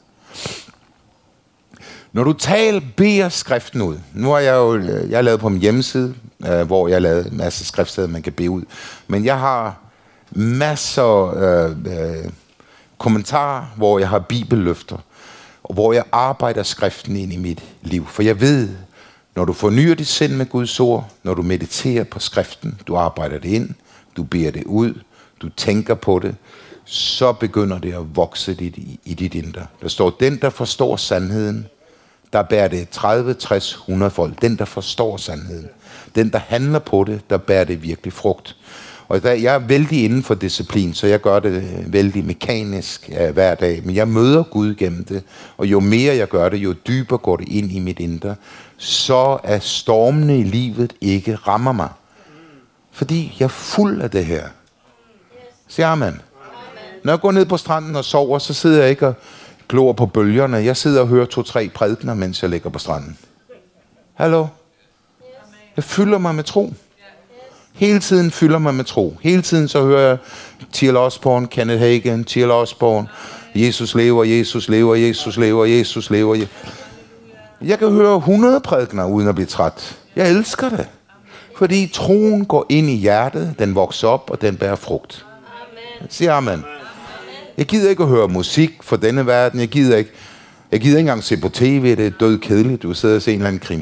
Når du taler, beder skriften ud. Nu har jeg jo jeg har lavet på min hjemmeside, øh, hvor jeg har lavet en masse skriftsteder, man kan bede ud. Men jeg har masser øh, øh, kommentarer, hvor jeg har bibelløfter, og hvor jeg arbejder skriften ind i mit liv. For jeg ved, når du fornyer dit sind med Guds ord, når du mediterer på skriften, du arbejder det ind, du beder det ud, du tænker på det, så begynder det at vokse i, i dit indre. Der står, den der forstår sandheden, der bærer det tredive, tres, hundrede folk. Den der forstår sandheden. Den der handler på det, der bærer det virkelig frugt. Og der, jeg er vældig inden for disciplin, så jeg gør det vældig mekanisk ja, hver dag. Men jeg møder Gud gennem det, og jo mere jeg gør det, jo dybere går det ind i mit indre. Så at stormene i livet ikke rammer mig. Fordi jeg er fuld af det her. Siger man. Når jeg går ned på stranden og sover, så sidder jeg ikke og glor på bølgerne. Jeg sidder og hører to-tre prædikener, mens jeg ligger på stranden. Hallo? Jeg fylder mig med tro. Hele tiden fylder mig med tro. Hele tiden så hører jeg T L Osborne, Kenneth Hagin, T L Osborne. Jesus lever, Jesus lever, Jesus lever, Jesus lever. Jeg kan høre hundrede prædikener uden at blive træt. Jeg elsker det. Fordi troen går ind i hjertet, den vokser op, og den bærer frugt. Siger amen. Jeg gider ikke at høre musik for denne verden. Jeg gider ikke, jeg gider ikke engang se på tv. Det er død kedeligt. Du sidder og ser en eller anden krim.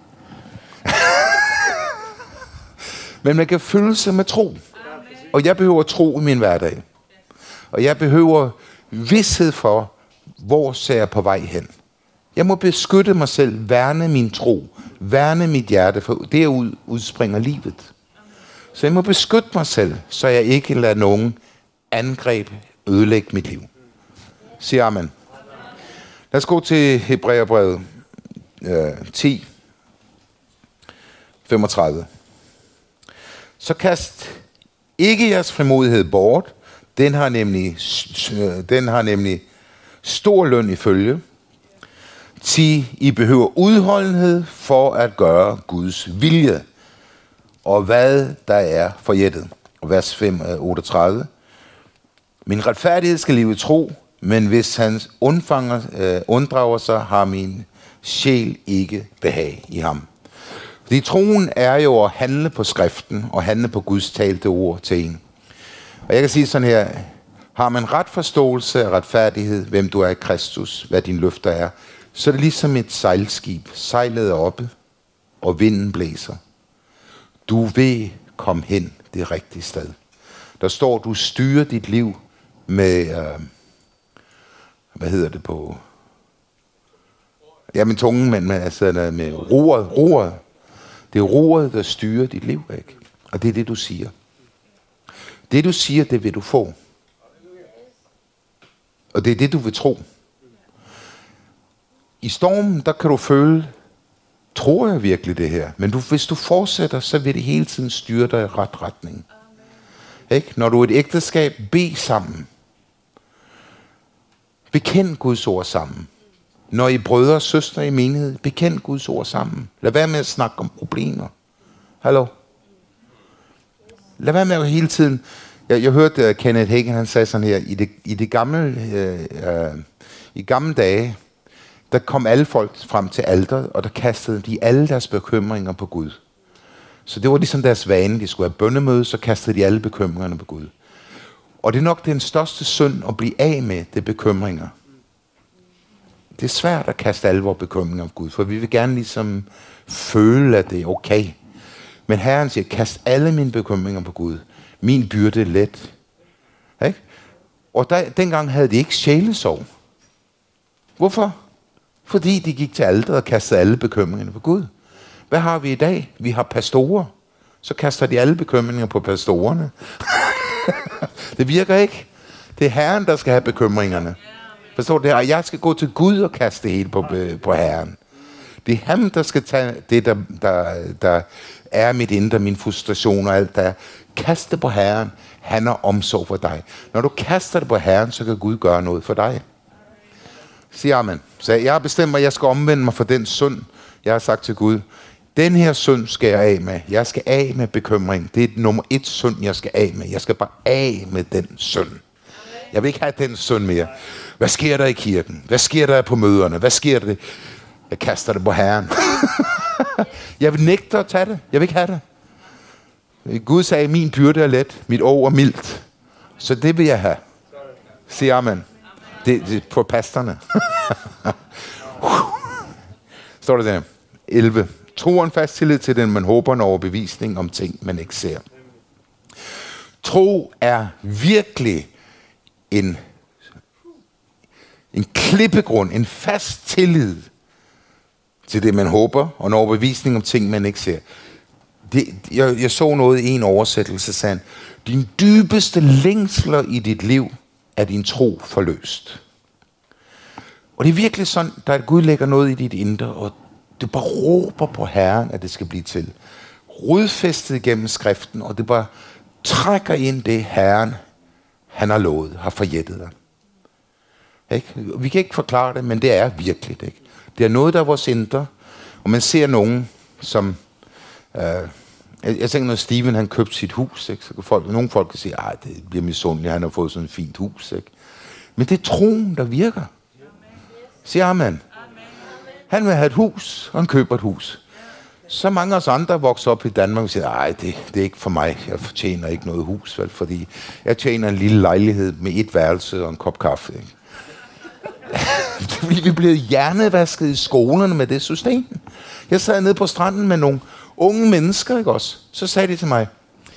Men man kan føle sig med tro. Og jeg behøver tro i min hverdag. Og jeg behøver vished for, hvor ser jeg på vej hen. Jeg må beskytte mig selv, værne min tro, værne mit hjerte, for derud udspringer livet. Så jeg må beskytte mig selv, så jeg ikke lader nogen angreb ødelægge mit liv. Sig amen. Lad os gå til Hebræerbrevet øh, ti, femogtredive. Så kast ikke jeres frimodighed bort. Den har nemlig, den har nemlig stor løn i følge. Ti, I behøver udholdenhed for at gøre Guds vilje. Og hvad der er forjættet. Vers fem, otteogtredive. Min retfærdighed skal leve i tro. men hvis han undfanger, øh, unddrager sig, har min sjæl ikke behag i ham. Fordi troen er jo at handle på skriften, og handle på Guds talte ord til en. Og jeg kan sige sådan her, har man ret forståelse af retfærdighed, hvem du er i Kristus, hvad dine løfter er, så er det ligesom et sejlskib, sejlet er oppe, og vinden blæser. Du vil komme hen det rigtige sted. Der står, du styrer dit liv med, øh, hvad hedder det på, ja, med tungen, men med, altså, med roret, roret. Det er roret, der styrer dit liv, ikke? Og det er det, du siger. Det, du siger, det vil du få. Og det er det, du vil tro. I stormen, der kan du føle, tror jeg virkelig det her? Men du, hvis du fortsætter, så vil det hele tiden styre dig i ret retning. Ikke? Når du er et ægteskab, bed sammen. Bekend Guds ord sammen. Når I brødre og søstre i menighed, bekend Guds ord sammen. Lad være med at snakke om problemer. Hallo? Lad være med at hele tiden... Jeg, jeg hørte uh, Kenneth Hagin, han sagde sådan her, i det, i det gamle, øh, øh, i gamle dage, der kom alle folk frem til alteret, og der kastede de alle deres bekymringer på Gud. Så det var ligesom deres vane, de skulle have bønnemøde, så kastede de alle bekymringerne på Gud. Og det er nok den største synd at blive af med, det bekymringer. Det er svært at kaste alle vores bekymringer på Gud, for vi vil gerne ligesom føle, at det er okay. Men Herren siger, kast alle mine bekymringer på Gud. Min byrde er let. Ikke? Og der, dengang havde de ikke sjælesorg. Hvorfor? Fordi de gik til alteret og kastede alle bekymringerne på Gud. Hvad har vi i dag? Vi har pastorer. Så kaster de alle bekymringer på pastorerne. Det virker ikke. Det er Herren, der skal have bekymringerne. Forstår du det her? Jeg skal gå til Gud og kaste det hele på, på Herren. Det er ham, der skal tage det, der, der, der er mit indre, min frustration og alt der. Kast det på Herren. Han har omsorg for dig. Når du kaster det på Herren, så kan Gud gøre noget for dig. Sig amen. Så jeg har bestemt mig, at jeg skal omvende mig for den synd. Jeg har sagt til Gud, den her synd skal jeg af med. Jeg skal af med bekymring. Det er nummer et synd, jeg skal af med. Jeg skal bare af med den synd. Jeg vil ikke have den synd mere. Hvad sker der i kirken? Hvad sker der på møderne? Hvad sker der? Jeg kaster det på Herren. Jeg vil nægte at tage det. Jeg vil ikke have det. Gud sagde, min byrde er let, mit år er mildt. Så det vil jeg have. Sig amen. Det, det på pasterne. Står det der. elleve. Troen fast tillid til den, man håber en overbevisning om ting, man ikke ser. Tro er virkelig en, en klippegrund, en fast tillid til det, man håber, og en overbevisning om ting, man ikke ser. Det, jeg, jeg så noget i en oversættelse, sagde han, din dybeste længsler i dit liv er din tro forløst. Og det er virkelig sådan, at Gud lægger noget i dit indre, og det bare råber på Herren, at det skal blive til. Rodfæstet gennem skriften, og det bare trækker ind det, Herren, han har lovet, har forjættet dig. Ikke? Vi kan ikke forklare det, men det er virkelig. Ikke? Det er noget, der er vores indre, og man ser nogen, som... Øh, jeg, jeg tænker, når Steven han købte sit hus, ikke? Så kan folk, nogle folk kan sige, at det bliver misundeligt, han har fået sådan et fint hus. Ikke? Men det er troen, der virker. Sig amen. Han vil have et hus, og han køber et hus. Så mange af os andre vokser op i Danmark og siger, nej, det, det er ikke for mig. Jeg fortjener ikke noget hus, vel, fordi jeg tjener en lille lejlighed med et værelse og en kop kaffe. Ikke? Vi er blevet hjernevasket i skolerne med det system. Jeg sad nede på stranden med nogle unge mennesker, ikke også? Så sagde de til mig,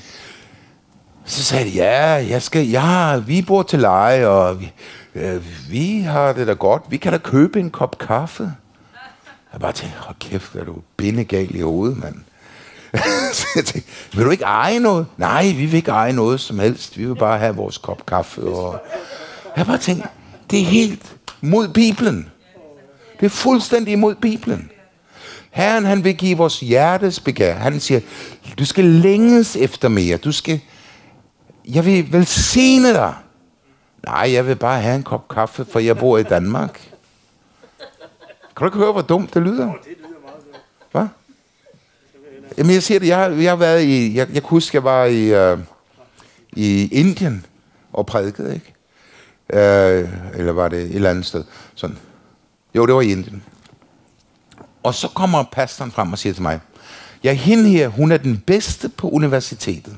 så sagde de, ja, jeg skal, ja, vi bor til leje, og vi, øh, vi har det da godt. Vi kan da købe en kop kaffe. Jeg bare tænkte, hold kæft, er du bindegal i hovedet, mand. Så jeg tænkte, vil du ikke eje noget? Nej, vi vil ikke eje noget som helst. Vi vil bare have vores kop kaffe. Og jeg bare tænkte, det er helt mod Bibelen. Det er fuldstændig imod Bibelen. Herren, han vil give vores hjertes begær. Han siger, du skal længes efter mere. Du skal, jeg vil velsigne dig. Nej, jeg vil bare have en kop kaffe, for jeg bor i Danmark. Kan du ikke høre, hvor dumt det lyder? Hvad? Jamen, jeg siger det, jeg har, jeg har været i, jeg, jeg kunne huske, jeg var i, uh, i Indien og prædikede, ikke? Øh, eller var det et eller andet sted? Sådan. Jo, det var i Indien. Og så kommer pastoren frem og siger til mig, ja, hende her, hun er den bedste på universitetet.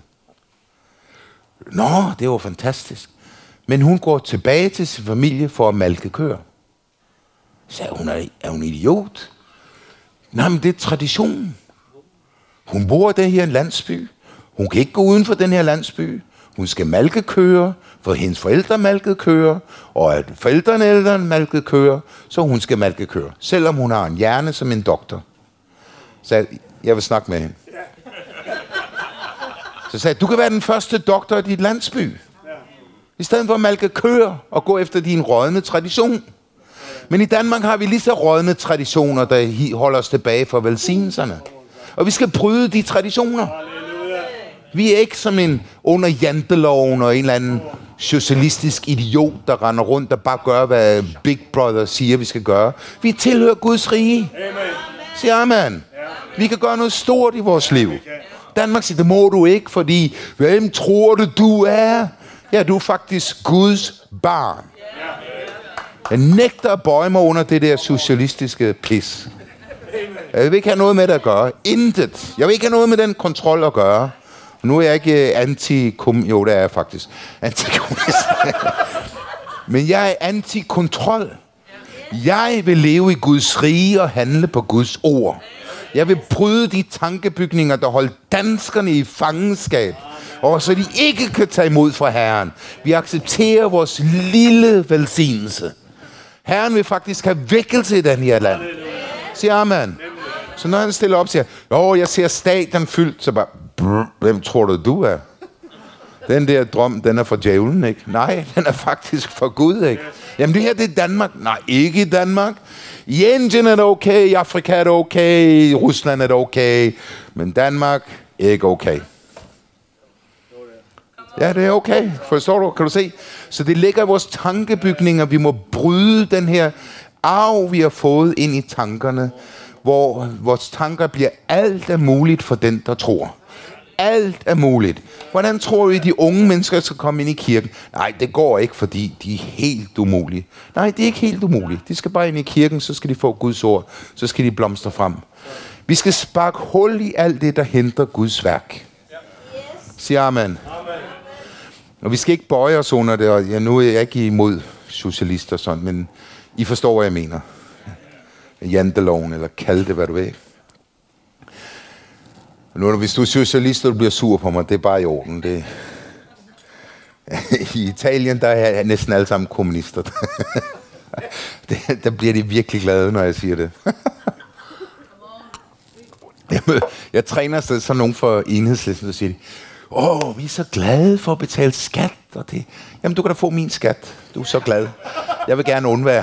Nå, det var fantastisk. Men hun går tilbage til sin familie for at malke køer. Så hun, er, er hun idiot? Nej, men det er traditionen. Hun bor i den her landsby. Hun kan ikke gå uden for den her landsby. Hun skal malke køer, for hendes forældre malkede køer, og at forældrene ældre malkede køer, så hun skal malke køer. Selvom hun har en hjerne som en doktor. Så jeg, jeg vil snakke med hende. Så sagde jeg, du kan være den første doktor i dit landsby. I stedet for at malke køer og gå efter din rådne tradition. Men i Danmark har vi lige så rådne traditioner, der holder os tilbage fra velsignelserne. Og vi skal bryde de traditioner. Vi er ikke som en under janteloven og en eller anden socialistisk idiot, der render rundt og bare gør, hvad Big Brother siger, vi skal gøre. Vi tilhører Guds rige. Siger amen. Vi kan gøre noget stort i vores liv. Danmark siger, det må du ikke, fordi hvem tror du, du er? Ja, du er faktisk Guds barn. Jeg nægter at bøje mig under det der socialistiske pis. Jeg vil ikke have noget med det at gøre. Intet. Jeg vil ikke have noget med den kontrol at gøre. Nu er jeg ikke anti-kom... Jo, det er jeg faktisk. Antikommunist. Men jeg er anti-kontrol. Jeg vil leve i Guds rige og handle på Guds ord. Jeg vil bryde de tankebygninger, der holder danskerne i fangenskab. Og så de ikke kan tage imod fra Herren. Vi accepterer vores lille velsignelse. Herren vil faktisk have vækkelse i den her land. Siger amen. Så når han stiller op og siger, jo, jeg ser stadion fyldt, så bare, brr, hvem tror du, du er? Den der drøm, den er for djævlen, ikke? Nej, den er faktisk for Gud, ikke? Jamen det her, det er Danmark. Nej, ikke i Danmark. I Indien er det okay, i Afrika er det okay, i Rusland er det okay. Men Danmark, ikke okay. Ja, det er okay. Forstår du? Kan du se? Så det ligger i vores tankebygninger. Vi må bryde den her arv, vi har fået ind i tankerne, hvor vores tanker bliver alt er muligt for den, der tror. Alt er muligt. Hvordan tror I, de unge mennesker skal komme ind i kirken? Nej, det går ikke, fordi de er helt umulige. Nej, det er ikke helt umuligt. De skal bare ind i kirken, så skal de få Guds ord. Så skal de blomstre frem. Vi skal sparke hul i alt det, der hindrer Guds værk. Siger amen. Og vi skal ikke bøje os under det, og ja, nu er jeg ikke imod socialister og sådan, men I forstår, hvad jeg mener. Janteloven, eller kald det, hvad du vil. Nu, hvis du er socialist, og du bliver sur på mig, det er bare i orden. Det... I Italien, der er næsten alle sammen kommunister. det, der bliver de virkelig glade, når jeg siger det. jeg, jeg træner sådan nogen for Enhedslisten, der siger de, åh, vi er så glade for at betale skat. Og det. Jamen, du kan da få min skat. Du er så glad. Jeg vil gerne undvære.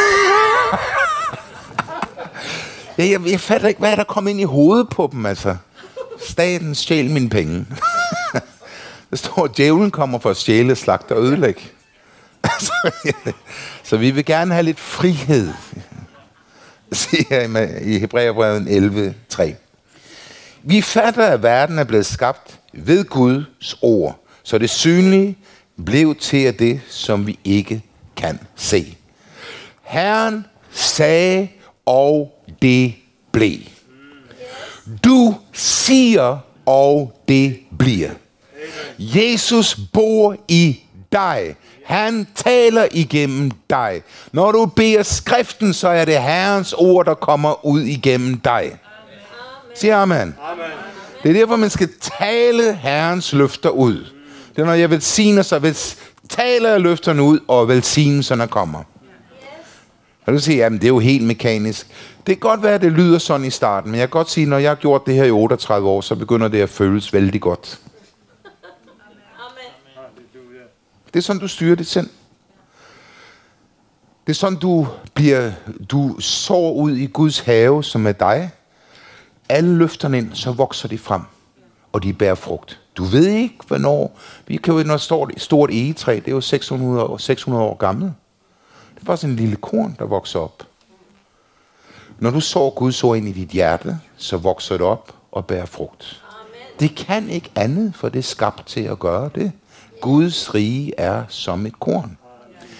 jeg, jeg, jeg fatter ikke, hvad er der kommet ind i hovedet på dem, altså. Staten stjæl mine penge. Der står, at djævlen kommer for at stjæle, slagte og ødelægge. Så vi vil gerne have lidt frihed. Siger i Hebræerbrevet elleve tre. Vi fatter, at verden er blevet skabt ved Guds ord, så det synlige blev til af det, som vi ikke kan se. Herren sagde, og det blev. Du siger, og det bliver. Jesus bor i dig. Han taler igennem dig. Når du beder skriften, så er det Herrens ord, der kommer ud igennem dig. Sig amen. Det er derfor, man skal tale Herrens løfter ud. Det er, når jeg velsigner, så taler jeg løfterne ud, og velsignelserne kommer. Og du siger, jamen det er jo helt mekanisk. Det kan godt være, at det lyder sådan i starten, men jeg kan godt sige, når jeg har gjort det her i otteogtredive år, så begynder det at føles vældig godt. Det er sådan, du styrer dit sind. Det er sådan, du bliver, du sår ud i Guds have, som er dig. Alle løfterne ind, så vokser de frem, og de bærer frugt. Du ved ikke, hvornår. Vi kan jo, når der står et stort egetræ, det er jo seks hundrede år, seks hundrede år gammelt. Det er bare sådan en lille korn, der vokser op. Når du sår Guds ord ind i dit hjerte, så vokser det op og bærer frugt. Amen. Det kan ikke andet, for det er skabt til at gøre det. Guds rige er som et korn.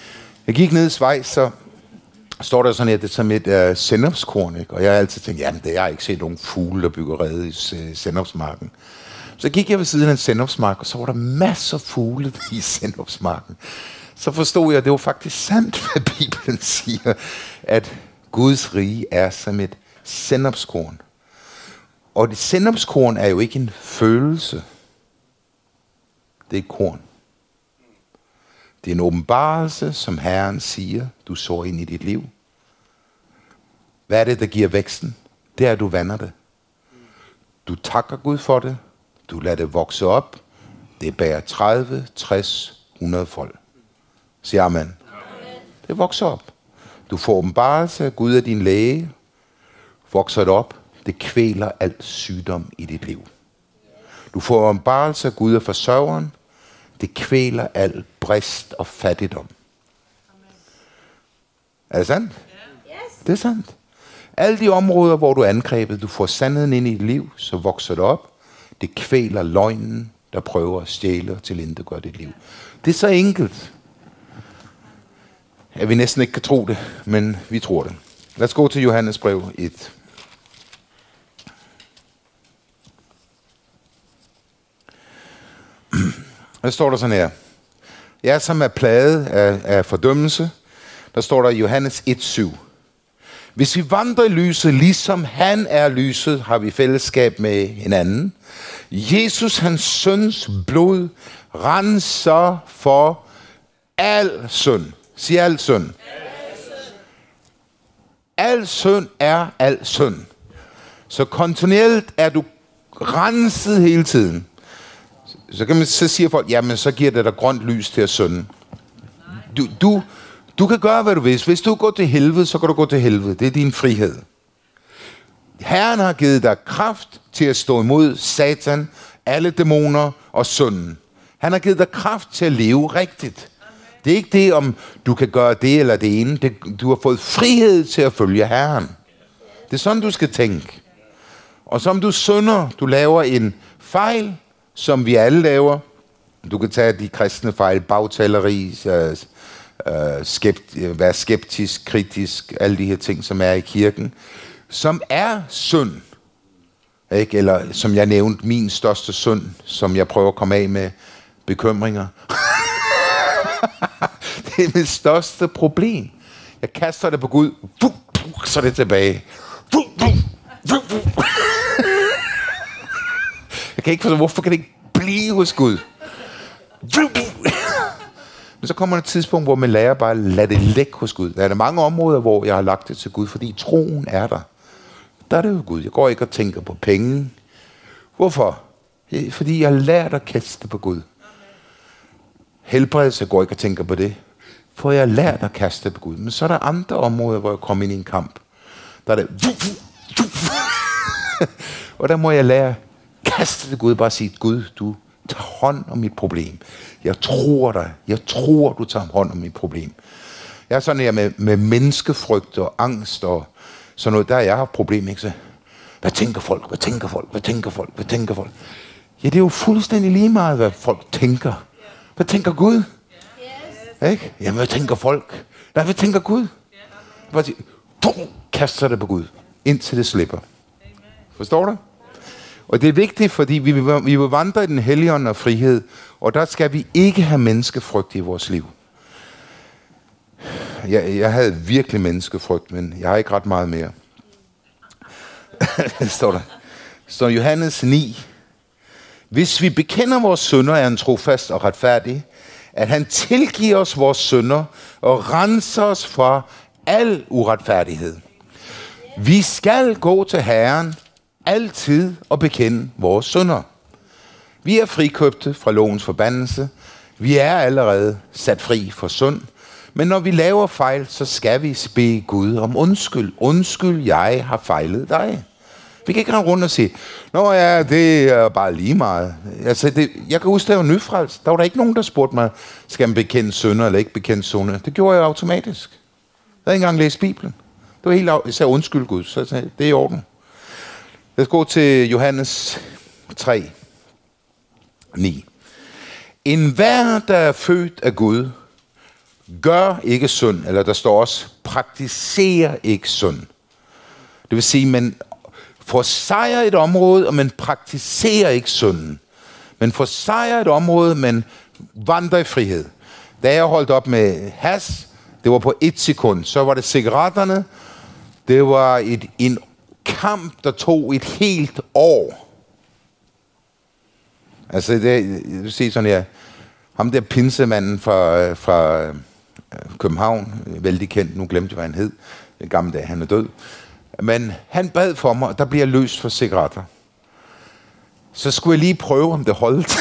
Jeg gik ned i Schweiz, så står der sådan et, det som et uh, sennepskorn, ikke? Og jeg har altid tænkt, jamen det har jeg ikke set nogen fugle, der bygger rede i uh, sennepsmarken. Så gik jeg ved siden af en sennepsmark, og så var der masser af fugle i sennepsmarken. Så forstod jeg, at det var faktisk sandt, hvad Bibelen siger, at Guds rige er som et sennepskorn. Og det sennepskorn er jo ikke en følelse. Det er et korn. Det er en åbenbarelse, som Herren siger, du så ind i dit liv. Hvad er det, der giver væksten? Det er, at du vander det. Du takker Gud for det. Du lader det vokse op. Det bærer tredive, tres, hundrede fold. Siger amen. Amen. Det vokser op. Du får åbenbarelse, Gud er din læge. Vokser det op. Det kvæler alt sygdom i dit liv. Du får åbenbarelse, Gud er forsørgeren. Det kvæler al brist og fattigdom. Amen. Er det sandt? Ja. Yes. Det er sandt. Alle de områder, hvor du er angrebet, du får sandheden ind i dit liv, så vokser det op. Det kvæler løgnen, der prøver at stjæle og tilintetgøre dit liv. Det er så enkelt, at vi næsten ikke kan tro det, men vi tror det. Lad os gå til Johannes brev et. Der står der sådan her. Jeg som er plaget af, af fordømmelse, der står der i Johannes et syv. Hvis vi vandrer i lyset, ligesom han er lyset, har vi fællesskab med hinanden. Jesus, hans søns blod, renser for al synd. Sig al synd. Al synd er al synd. Så kontinuerligt er du renset hele tiden. Så kan man så sige folk, jamen så giver det dig grønt lys til at synde. Du, du, du kan gøre, hvad du vil. Hvis du går til helvede, så kan du gå til helvede. Det er din frihed. Herren har givet dig kraft til at stå imod Satan, alle dæmoner og synden. Han har givet dig kraft til at leve rigtigt. Det er ikke det, om du kan gøre det eller det ene. Det, du har fået frihed til at følge Herren. Det er sådan, du skal tænke. Og som du synder, du laver en fejl, som vi alle laver. Du kan tage de kristne fejl, bagtaleri, øh, øh, skept, være skeptisk, kritisk, alle de her ting, som er i kirken, som er synd. Ikke? Eller som jeg nævnte, min største synd, som jeg prøver at komme af med, bekymringer. Det er mit største problem. Jeg kaster det på Gud, så er det tilbage. Jeg kan ikke forstå, hvorfor kan det ikke blive hos Gud? Men så kommer der et tidspunkt, hvor man lærer bare at lade det ligge hos Gud. Der er der mange områder, hvor jeg har lagt det til Gud, fordi troen er der. Der er det jo Gud. Jeg går ikke og tænker på penge. Hvorfor? Fordi jeg har lært at kaste på Gud. Helbredelse, jeg går ikke og tænker på det. For jeg har lært at kaste på Gud. Men så er der andre områder, hvor jeg kommer ind i en kamp. Der er det... Og der må jeg lære kaste det Gud, bare sige, Gud, du tager hånd om mit problem. Jeg tror dig. Jeg tror, du tager hånd om mit problem. Jeg er sådan her med, med menneskefrygt og angst og sådan noget. Der jeg har problem, ikke? Så, hvad tænker folk? Hvad tænker folk? Hvad tænker folk? Hvad tænker folk? Ja, det er jo fuldstændig lige meget, hvad folk tænker. Hvad tænker Gud? Yes. Ikke? Jamen, hvad tænker folk? Nej, hvad tænker Gud? Bare sige, pum, kaster det på Gud, indtil det slipper. Forstår du? Og det er vigtigt, fordi vi vil, vi vil vandre i den hellige ånd og frihed, og der skal vi ikke have menneskefrygt i vores liv. Jeg, jeg havde virkelig menneskefrygt, men jeg har ikke ret meget mere. Står der. Så Johannes ni. Hvis vi bekender vores synder, er han trofast og retfærdig, at han tilgiver os vores synder og renser os fra al uretfærdighed. Vi skal gå til Herren altid og bekende vores synder. Vi er frikøbte fra lovens forbandelse. Vi er allerede sat fri for synd. Men når vi laver fejl, så skal vi bede Gud om undskyld. Undskyld, jeg har fejlet dig. Vi kan ikke rende rundt og sige, nå ja, det er bare lige meget. Altså, det, jeg kan huske, da jeg var nyfrelst. Der var der ikke nogen, der spurgte mig, skal man bekende synder eller ikke bekende synder. Det gjorde jeg automatisk. Jeg havde ikke engang læst Bibelen. Det var helt af, jeg sagde undskyld Gud, så jeg sagde, det er i orden. Lad os gå til Johannes tre, ni. En hver, der er født af Gud, gør ikke synd, eller der står også, praktiserer ikke synd. Det vil sige, man forsejrer et område, og man praktiserer ikke synden. Man forsejrer et område, men vandrer i frihed. Da jeg holdt op med has, det var på et sekund. Så var det cigaretterne. Det var et, en kamp, der tog et helt år. Altså, det, jeg vil sige sådan her. Ham der pinsemanden fra, fra København, vældig kendt, nu glemte jeg, hvad han hed. Den gamle dag, han er død. Men han bad for mig, og der bliver løst for cigaretter. Så skulle jeg lige prøve, om det holdt.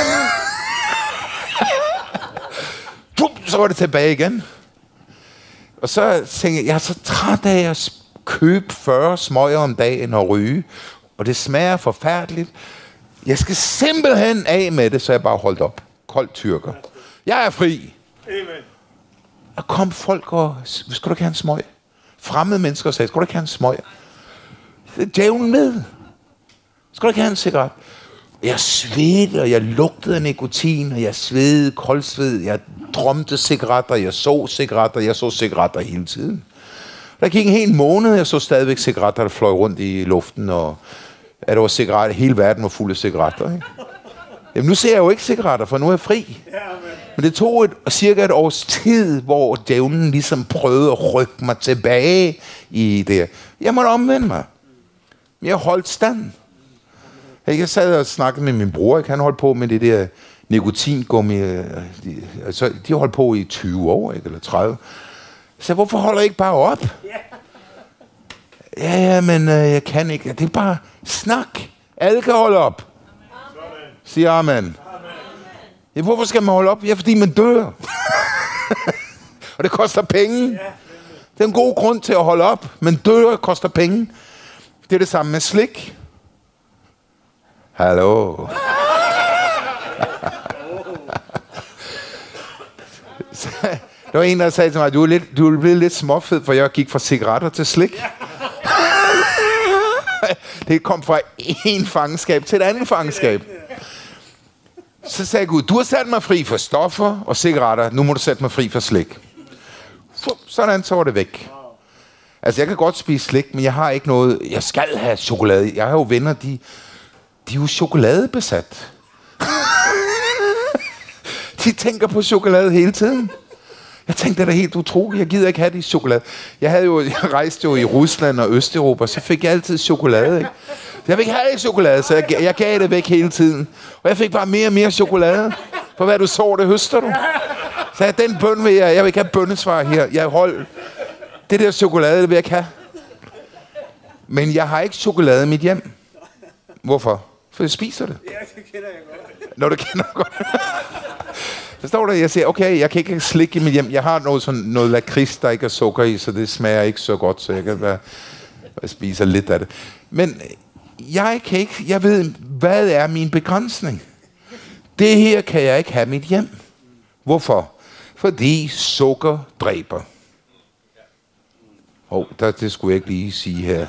Så var det tilbage igen. Og så tænkte jeg, jeg er så træt af at købe fyrre smøger om dagen og ryge. Og det smager forfærdeligt. Jeg skal simpelthen af med det, så jeg bare holdt op. Kold tyrker. Jeg er fri. Amen. Og kom folk og... Skal du ikke have en smøg? Fremmede mennesker sagde, skal du ikke have en smøg? Djævlen med. Skal du ikke have en cigaret? Jeg svedte, og jeg lugtede af nikotin, og jeg svedede koldsved. Jeg drømte cigaretter, jeg så cigaretter, jeg så cigaretter hele tiden. Der gik en hel måned, jeg så stadigvæk cigaretter, der fløj rundt i luften, og at der var cigaretter, hele verden var fuld af cigaretter. Ikke? Jamen nu ser jeg jo ikke cigaretter, for nu er jeg fri. Men det tog et, cirka et års tid, hvor djævlen ligesom prøvede at rykke mig tilbage i det. Jeg måtte omvende mig. Jeg holdt stand. Jeg sad og snakkede med min bror, ikke? Han holdt på med det der nikotingummi. De, altså, de holdt på i tyve år, ikke? Eller tredive. Så hvorfor holder jeg ikke bare op? Ja, ja, men øh, jeg kan ikke. Det er bare snak. Alle kan holde op. Siger amen. Ja, hvorfor skal man holde op? Ja, fordi man dør. Og det koster penge. Det er en god grund til at holde op. Men dør koster penge. Det er det samme med slik. Hallo. Der var en, der sagde til mig, du er, lidt, du er blevet lidt småfed, for jeg gik fra cigaretter til slik. Det kom fra en fangenskab til et andet fangenskab. Så sagde Gud, du har sat mig fri for stoffer og cigaretter, nu må du sætte mig fri for slik. Sådan, så var det væk. Altså, jeg kan godt spise slik, men jeg har ikke noget... Jeg skal have chokolade. Jeg har jo venner, de, de er jo chokoladebesat. De tænker på chokolade hele tiden. Jeg tænkte, det er da helt utroligt. Jeg gider ikke have de chokolade. Jeg, havde jo, jeg rejste jo i Rusland og Østeuropa, så fik jeg altid chokolade, ikke? Jeg fik have chokolade, så jeg, jeg gav det væk hele tiden. Og jeg fik bare mere og mere chokolade. For hvad du så, det høster du. Så jeg, den bøn vil jeg... Jeg vil ikke have bønnesvar her. Jeg hold... Det der chokolade, det vil jeg ikke have. Men jeg har ikke chokolade i mit hjem. Hvorfor? For jeg spiser det. Ja, det kender jeg godt. Nå, det kender jeg godt. Forstår du? Jeg siger, okay, jeg kan ikke slikke i mit hjem. Jeg har noget, sådan, noget lakrids, der ikke er sukker i, så det smager ikke så godt, så jeg kan være, jeg spiser lidt af det. Men jeg kan ikke, jeg ved, hvad er min begrænsning? Det her kan jeg ikke have mit hjem. Hvorfor? Fordi sukker dræber. Åh, oh, det skulle jeg ikke lige sige her.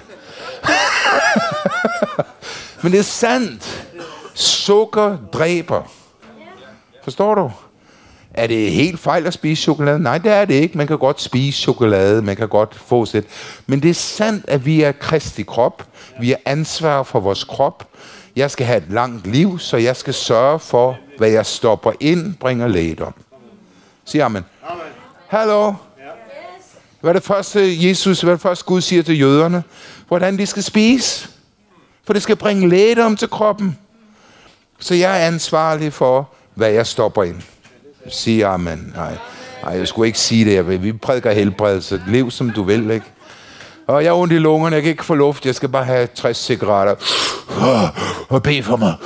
Men det er sandt. Sukker dræber. Forstår du? Er det helt fejl at spise chokolade? Nej, det er det ikke. Man kan godt spise chokolade, man kan godt få sæt. Men det er sandt, at vi er Kristi krop. Vi er ansvar for vores krop. Jeg skal have et langt liv, så jeg skal sørge for, hvad jeg stopper ind, bringer lægedom. Sig amen. Amen. Hallo. Hvad er det første, Jesus, hvad er det første Gud siger til jøderne? Hvordan de skal spise. For det skal bringe lægedom til kroppen. Så jeg er ansvarlig for, hvad jeg stopper ind. Sig amen. Nej, nej, jeg skulle ikke sige det. Vi prædiker helbredelse. Lev som du vil, ikke? Og jeg har ondt i lungerne. Jeg kan ikke få luft. Jeg skal bare have tres cigaretter. Og bed for mig.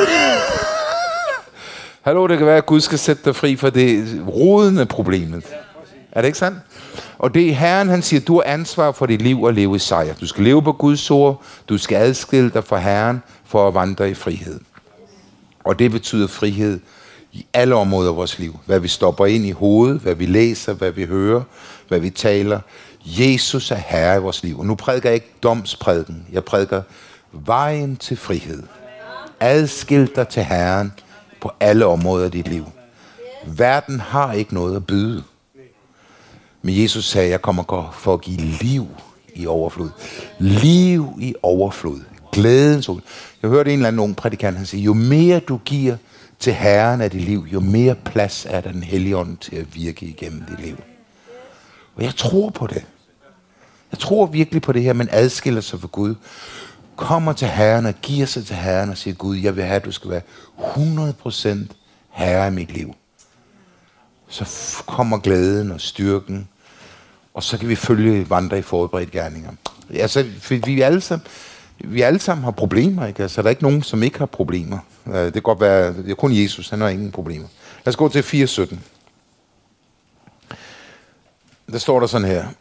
Hallo, det kan være, at Gud skal sætte dig fri for det rodende problemet. Er det ikke sandt? Og det er Herren, han siger, du har ansvar for dit liv og leve i sejr. Du skal leve på Guds ord. Du skal adskille dig fra Herren for at vandre i frihed. Og det betyder frihed i alle områder af vores liv. Hvad vi stopper ind i hovedet, hvad vi læser, hvad vi hører, hvad vi taler. Jesus er herre i vores liv. Og nu prædiker jeg ikke domsprædiken. Jeg prædiker vejen til frihed. Adskil dig til Herren på alle områder af dit liv. Verden har ikke noget at byde. Men Jesus sagde, jeg kommer for at give liv i overflod. Liv i overflod. Glædens sol. Jeg hørte en eller anden ung prædikant, han sige, jo mere du giver til Herren af dit liv, jo mere plads er der den hellige ånd til at virke igennem dit liv. Og jeg tror på det. Jeg tror virkelig på det her, man adskiller sig fra Gud. Kommer til Herren og giver sig til Herren og siger, Gud, jeg vil have, at du skal være hundrede procent herre i mit liv. Så f- kommer glæden og styrken, og så kan vi følge vandre i forberedt gerninger. Altså, vi alle sammen, vi alle sammen har problemer, ikke? Altså, der er ikke nogen, som ikke har problemer. Det kan godt være, det er kun Jesus, han har ingen problemer. Lad os gå til fire sytten. Der står der sådan her.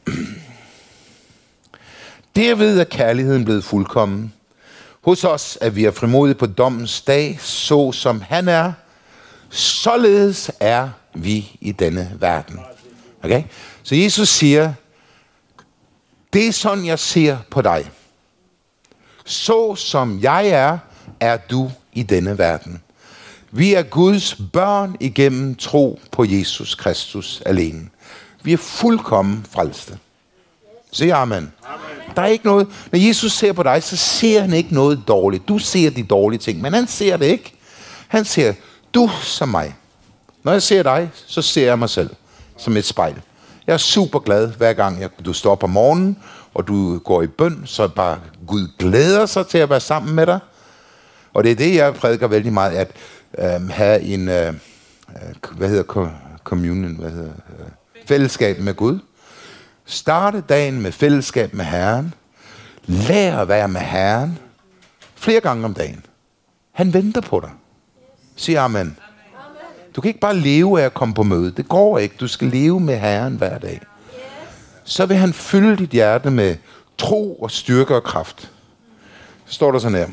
Derved er kærligheden blevet fuldkommen. Hos os er vi er frimodige på dommens dag, så som han er. Således er vi i denne verden. Okay? Så Jesus siger, det er sådan, jeg ser på dig. Så som jeg er, er du i denne verden. Vi er Guds børn igennem tro på Jesus Kristus alene. Vi er fuldkommen frelste. Sig amen. Amen. Der er ikke noget. Når Jesus ser på dig, så ser han ikke noget dårligt. Du ser de dårlige ting, men han ser det ikke. Han ser, du som mig. Når jeg ser dig, så ser jeg mig selv som et spejl. Jeg er super glad, hver gang jeg, du står op om morgenen, og du går i bøn, så bare Gud glæder sig til at være sammen med dig. Og det er det, jeg prædiker vældig meget, at øh, have en, øh, hvad hedder communion, hvad hedder øh, fællesskab med Gud. Starte dagen med fællesskab med Herren. Lær at være med Herren flere gange om dagen. Han venter på dig. Sig amen. Du kan ikke bare leve af at komme på møde. Det går ikke. Du skal leve med Herren hver dag. Så vil han fylde dit hjerte med tro og styrke og kraft. Så står der sådan her.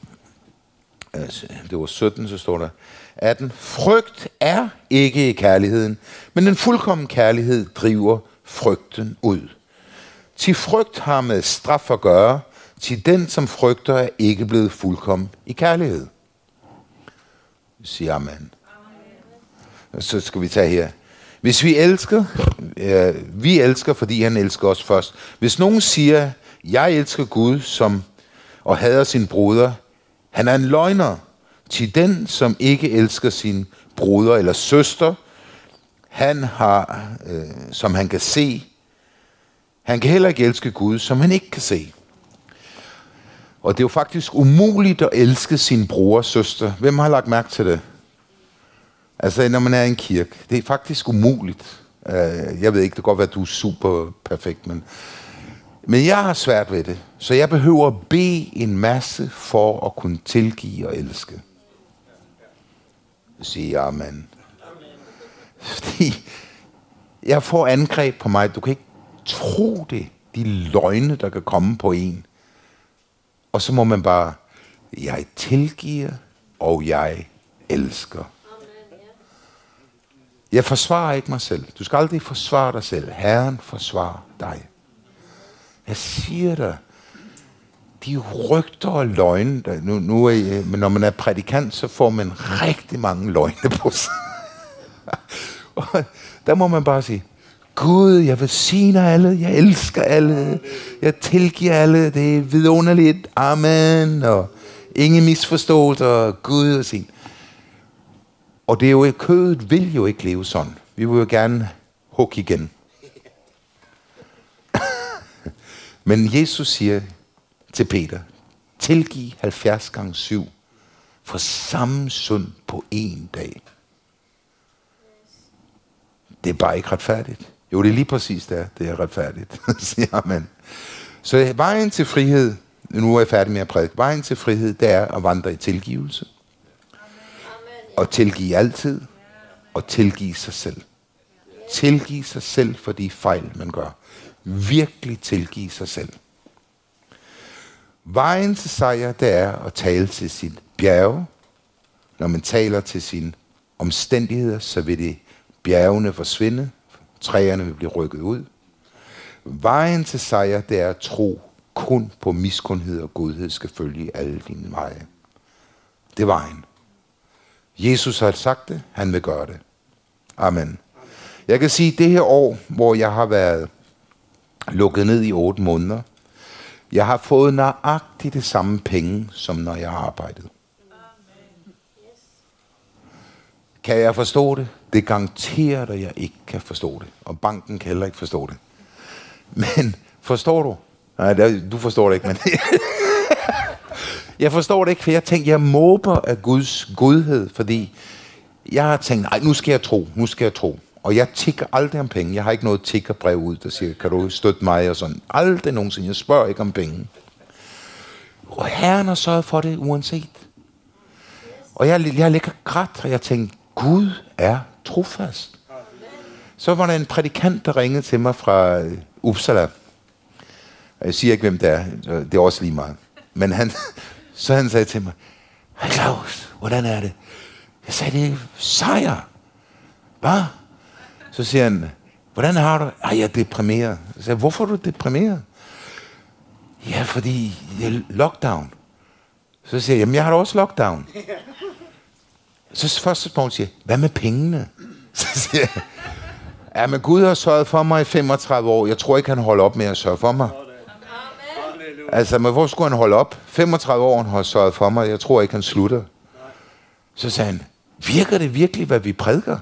Det var sytten, så står der atten. Frygt er ikke i kærligheden, men den fuldkommen kærlighed driver frygten ud. Til frygt har med straf at gøre, til den som frygter er ikke blevet fuldkommen i kærlighed. Sig amen. Så skal vi tage her. Hvis vi elsker, øh, vi elsker, fordi han elsker os først. Hvis nogen siger, jeg elsker Gud som, og hader sin broder, han er en løgner. Til den, som ikke elsker sin broder eller søster, han har, øh, som han kan se, han kan heller ikke elske Gud, som han ikke kan se. Og det er jo faktisk umuligt at elske sin bror og søster. Hvem har lagt mærke til det? Altså, når man er i en kirke. Det er faktisk umuligt. Jeg ved ikke, det kan godt være, at du er super perfekt, men, men jeg har svært ved det. Så jeg behøver at bede en masse for at kunne tilgive og elske. Sige amen. Fordi jeg får angreb på mig. Du kan ikke tro det. De løgne, der kan komme på en. Og så må man bare, jeg tilgiver, og jeg elsker. Jeg forsvarer ikke mig selv. Du skal aldrig forsvare dig selv. Herren forsvarer dig. Jeg siger dig, de rygter og løgne, der, nu, nu er, men når man er prædikant, så får man rigtig mange løgne på sig. Og der må man bare sige, Gud, jeg velsigner alle, jeg elsker alle, jeg tilgiver alle, det er vidunderligt, amen, og ingen misforståelser, Gud og sin. Og det er jo, kødet vil jo ikke leve sådan. Vi vil jo gerne hugge igen. Men Jesus siger til Peter, tilgiv halvfjerds gange syv for samme synd på én dag. Det er bare ikke retfærdigt. Jo, det er lige præcis det, det er retfærdigt, siger man. Så vejen til frihed, nu er jeg færdig med at prædike, vejen til frihed, det er at vandre i tilgivelse. Og tilgive altid, og tilgive sig selv. Tilgive sig selv for de fejl, man gør. Virkelig tilgive sig selv. Vejen til sejr, det er at tale til sit bjerge. Når man taler til sine omstændigheder, så vil de bjergene forsvinde. Træerne vil blive rykket ud. Vejen til sejr, det er at tro kun på miskundhed og godhed skal følge alle dine veje. Det er vejen. Jesus har sagt det, han vil gøre det. Amen. Jeg kan sige, at det her år, hvor jeg har været lukket ned i otte måneder, jeg har fået nøjagtigt det samme penge, som når jeg har arbejdet. Kan jeg forstå det? Det garanterer dig, at jeg ikke kan forstå det. Og banken kan heller ikke forstå det. Men forstår du? Nej, du forstår det ikke, men... jeg forstår det ikke, for jeg tænkte, jeg måber af Guds godhed, fordi jeg har tænkt, nej, nu skal jeg tro, nu skal jeg tro. Og jeg tigger aldrig om penge. Jeg har ikke noget tiggerbrev ud, der siger, kan du støtte mig og sådan. Aldrig nogensinde. Jeg spørger ikke om penge. Og Herren har sørget for det, uanset. Og jeg, jeg ligger grædt, og jeg tænkte, Gud er trofast. Så var der en prædikant, der ringede til mig fra Uppsala. Jeg siger ikke, hvem det er. Det er også lige meget. Men han, så han sagde til mig, hej Claus, hvordan er det? Jeg sagde, det er sejr. Hvad? Så siger han, hvordan har du? Ej, jeg er deprimeret. Jeg sagde, hvorfor er du deprimeret? Ja, fordi det er lockdown. Så siger jeg, jamen jeg har da også lockdown. Så første spørgsmål siger, hvad med pengene? Så siger jeg, ja, men Gud har sørget for mig i femogtredive år. Jeg tror ikke, han holder op med at sørge for mig. Altså, men hvor skulle han holde op? femogtredive år han har sørget for mig. Jeg tror ikke, han slutter. Så sagde han, virker det virkelig, hvad vi prædiker?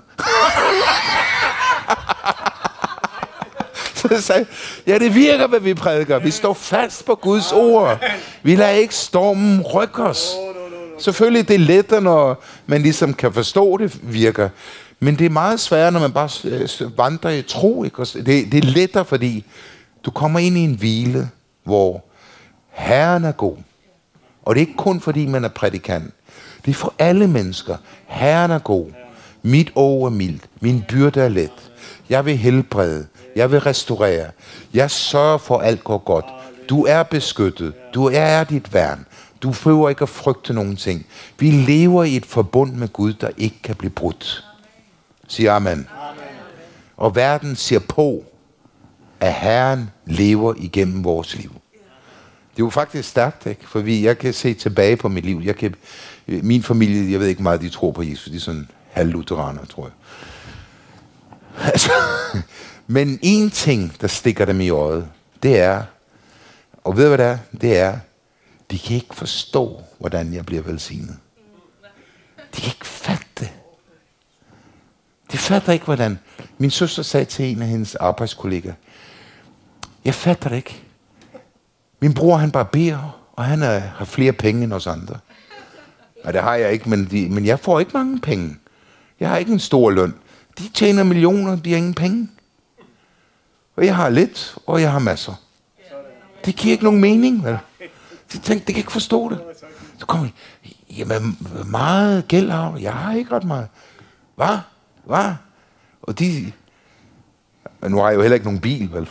Så sagde ja, det virker, hvad vi prædiker. Vi står fast på Guds ord. Vi lader ikke stormen rykke os. Selvfølgelig det er lettere, når man ligesom kan forstå, det virker. Men det er meget sværere, når man bare vandrer i tro. Ikke? Det, det er lettere, fordi du kommer ind i en hvile, hvor Herren er god. Og det er ikke kun fordi, man er prædikant. Det er for alle mennesker. Herren er god. Mit ord er mildt. Min byrde er let. Jeg vil helbrede. Jeg vil restaurere. Jeg sørger for, at alt går godt. Du er beskyttet. Du er dit værn. Du behøver ikke at frygte nogen ting. Vi lever i et forbund med Gud, der ikke kan blive brudt. Siger amen. Amen. Og verden ser på, at Herren lever igennem vores liv. Det er jo faktisk stærkt, ikke? For vi, jeg kan se tilbage på mit liv. Jeg kan, min familie, jeg ved ikke meget, de tror på Jesus. De er sådan halvlutheraner, tror jeg. Altså, men en ting, der stikker dem i øjet, det er, og ved du hvad det er? Det er, de kan ikke forstå, hvordan jeg bliver velsignet. De kan ikke fatte det. De fatter ikke, hvordan. Min søster sagde til en af hendes arbejdskolleger, jeg fatter det ikke. Min bror, han bare beder, og han er, har flere penge end os andre. Og det har jeg ikke, men, de, men jeg får ikke mange penge. Jeg har ikke en stor løn. De tjener millioner, de har ingen penge. Og jeg har lidt, og jeg har masser. Det giver ikke nogen mening, vel? De tænkte, de kan ikke forstå det. Så kommer de, jamen, meget gæld har du. Jeg har ikke ret meget. Hvad? Hvad? Og de... Nu har jeg jo heller ikke nogen bil, vel?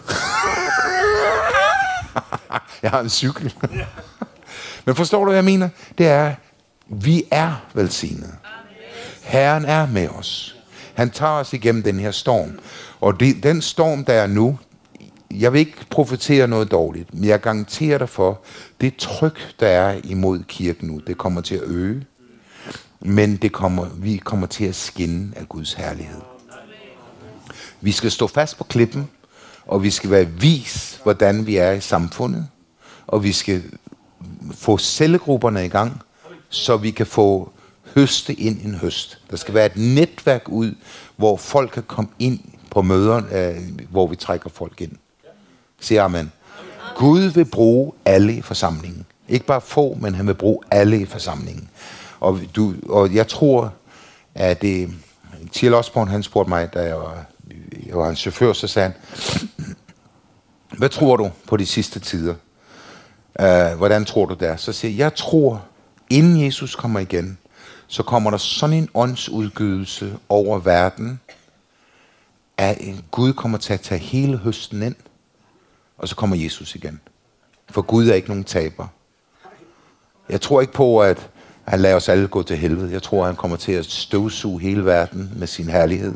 Jeg har en cykel. Men forstår du, hvad jeg mener? Det er, vi er velsignede. Herren er med os. Han tager os igennem den her storm. Og det, den storm, der er nu, jeg vil ikke profetere noget dårligt, men jeg garanterer dig for, det tryk, der er imod kirken nu, det kommer til at øge. Men det kommer, vi kommer til at skinne af Guds herlighed. Vi skal stå fast på klippen, og vi skal være vis, hvordan vi er i samfundet. Og vi skal få cellegrupperne i gang, så vi kan få høste ind en høst. Der skal være et netværk ud, hvor folk kan komme ind på møder, øh, hvor vi trækker folk ind. Siger amen. Gud vil bruge alle i forsamlingen. Ikke bare få, men han vil bruge alle i forsamlingen. Og, du, og jeg tror, at det... Thiel Osborn, han spurgte mig, da jeg var, jeg var en chauffør, så sagde han, hvad tror du på de sidste tider? Uh, hvordan tror du det? Så siger jeg, jeg tror, inden Jesus kommer igen, så kommer der sådan en åndsudgydelse over verden, at Gud kommer til at tage hele høsten ind, og så kommer Jesus igen. For Gud er ikke nogen taber. Jeg tror ikke på, at han lader os alle gå til helvede. Jeg tror, han kommer til at støvsuge hele verden med sin herlighed.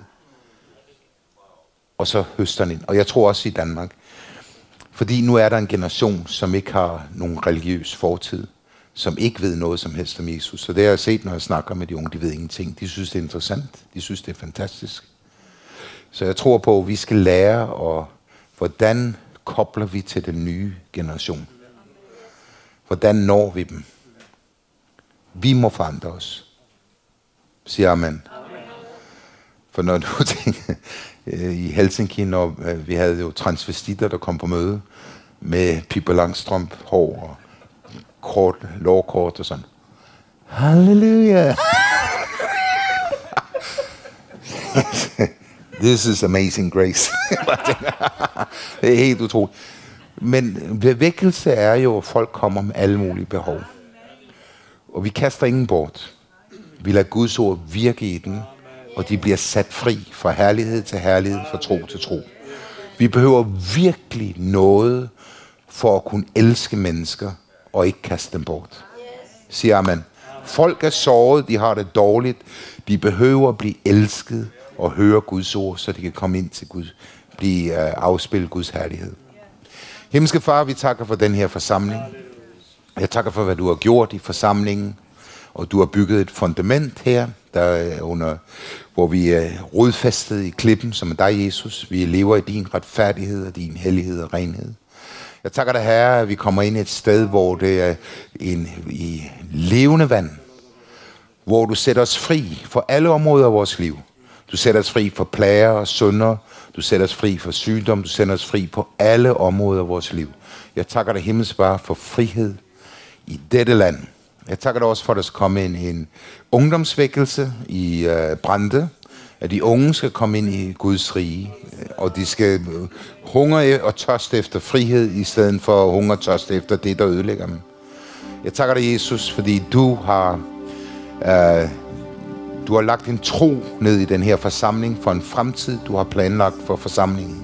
Og så høster han ind. Og jeg tror også i Danmark. Fordi nu er der en generation, som ikke har nogen religiøs fortid. Som ikke ved noget som helst om Jesus. Så det har jeg set, når jeg snakker med de unge. De ved ingenting. De synes, det er interessant. De synes, det er fantastisk. Så jeg tror på, at vi skal lære, og hvordan kobler vi til den nye generation. Hvordan når vi dem? Vi må forandre os. Siger amen. For når du tænker, i Helsinki, når vi havde jo transvestitter, der kom på møde, med Pippi Langstrømpe, hår og kort, lårkort og sådan. Halleluja! This is amazing grace. Det er helt utroligt. Men bevægelse er jo, at folk kommer med alle mulige behov. Og vi kaster ingen bort. Vi lader Guds ord virke i den, og de bliver sat fri fra herlighed til herlighed, fra tro til tro. Vi behøver virkelig noget for at kunne elske mennesker og ikke kaste dem bort. Siger amen. Folk er såret, de har det dårligt. De behøver at blive elsket og høre Guds ord, så de kan komme ind til Gud, blive uh, afspillet Guds herlighed. Himmelske Far, vi takker for den her forsamling. Jeg takker for, hvad du har gjort i forsamlingen, og du har bygget et fundament her, der er under, hvor vi er rodfæstet i klippen, som er dig, Jesus. Vi lever i din retfærdighed og din hellighed og renhed. Jeg takker dig, Herre, at vi kommer ind i et sted, hvor det er en, i levende vand, hvor du sætter os fri for alle områder af vores liv. Du sætter os fri for plager og synder. Du sætter os fri for sygdom. Du sætter os fri på alle områder af vores liv. Jeg takker dig, Himmels Far, for frihed i dette land. Jeg takker dig også for, at der skal komme en, en ungdomsvækkelse i uh, Brande. At de unge skal komme ind i Guds rige. Og de skal hungre og tørste efter frihed, i stedet for hunger og tørste efter det, der ødelægger dem. Jeg takker dig, Jesus, fordi du har... Uh, Du har lagt en tro ned i den her forsamling for en fremtid, du har planlagt for forsamlingen.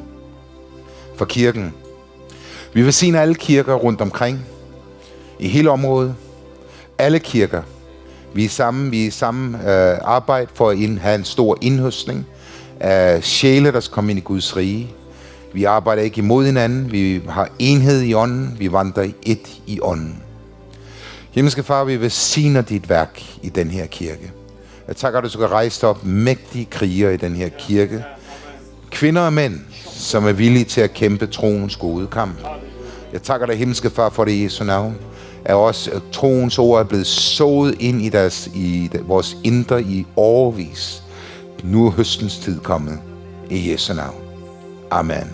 For kirken. Vi vil sige alle kirker rundt omkring. I hele området. Alle kirker. Vi er sammen, vi er sammen øh, arbejde for at ind, have en stor indhøstning af sjæle, der skal komme ind i Guds rige. Vi arbejder ikke imod hinanden. Vi har enhed i ånden. Vi vandrer i et i ånden. Himmelske Far, vi velsigner dit værk i den her kirke. Jeg takker, at du skal rejse op mægtige krigere i den her kirke. Kvinder og mænd, som er villige til at kæmpe troens gode kamp. Jeg takker dig, Himmelske Far, for det i Jesu navn. At også at troens ord er blevet sået ind i, deres, i vores indre i årevis. Nu er høstens tid kommet. I Jesu navn. Amen.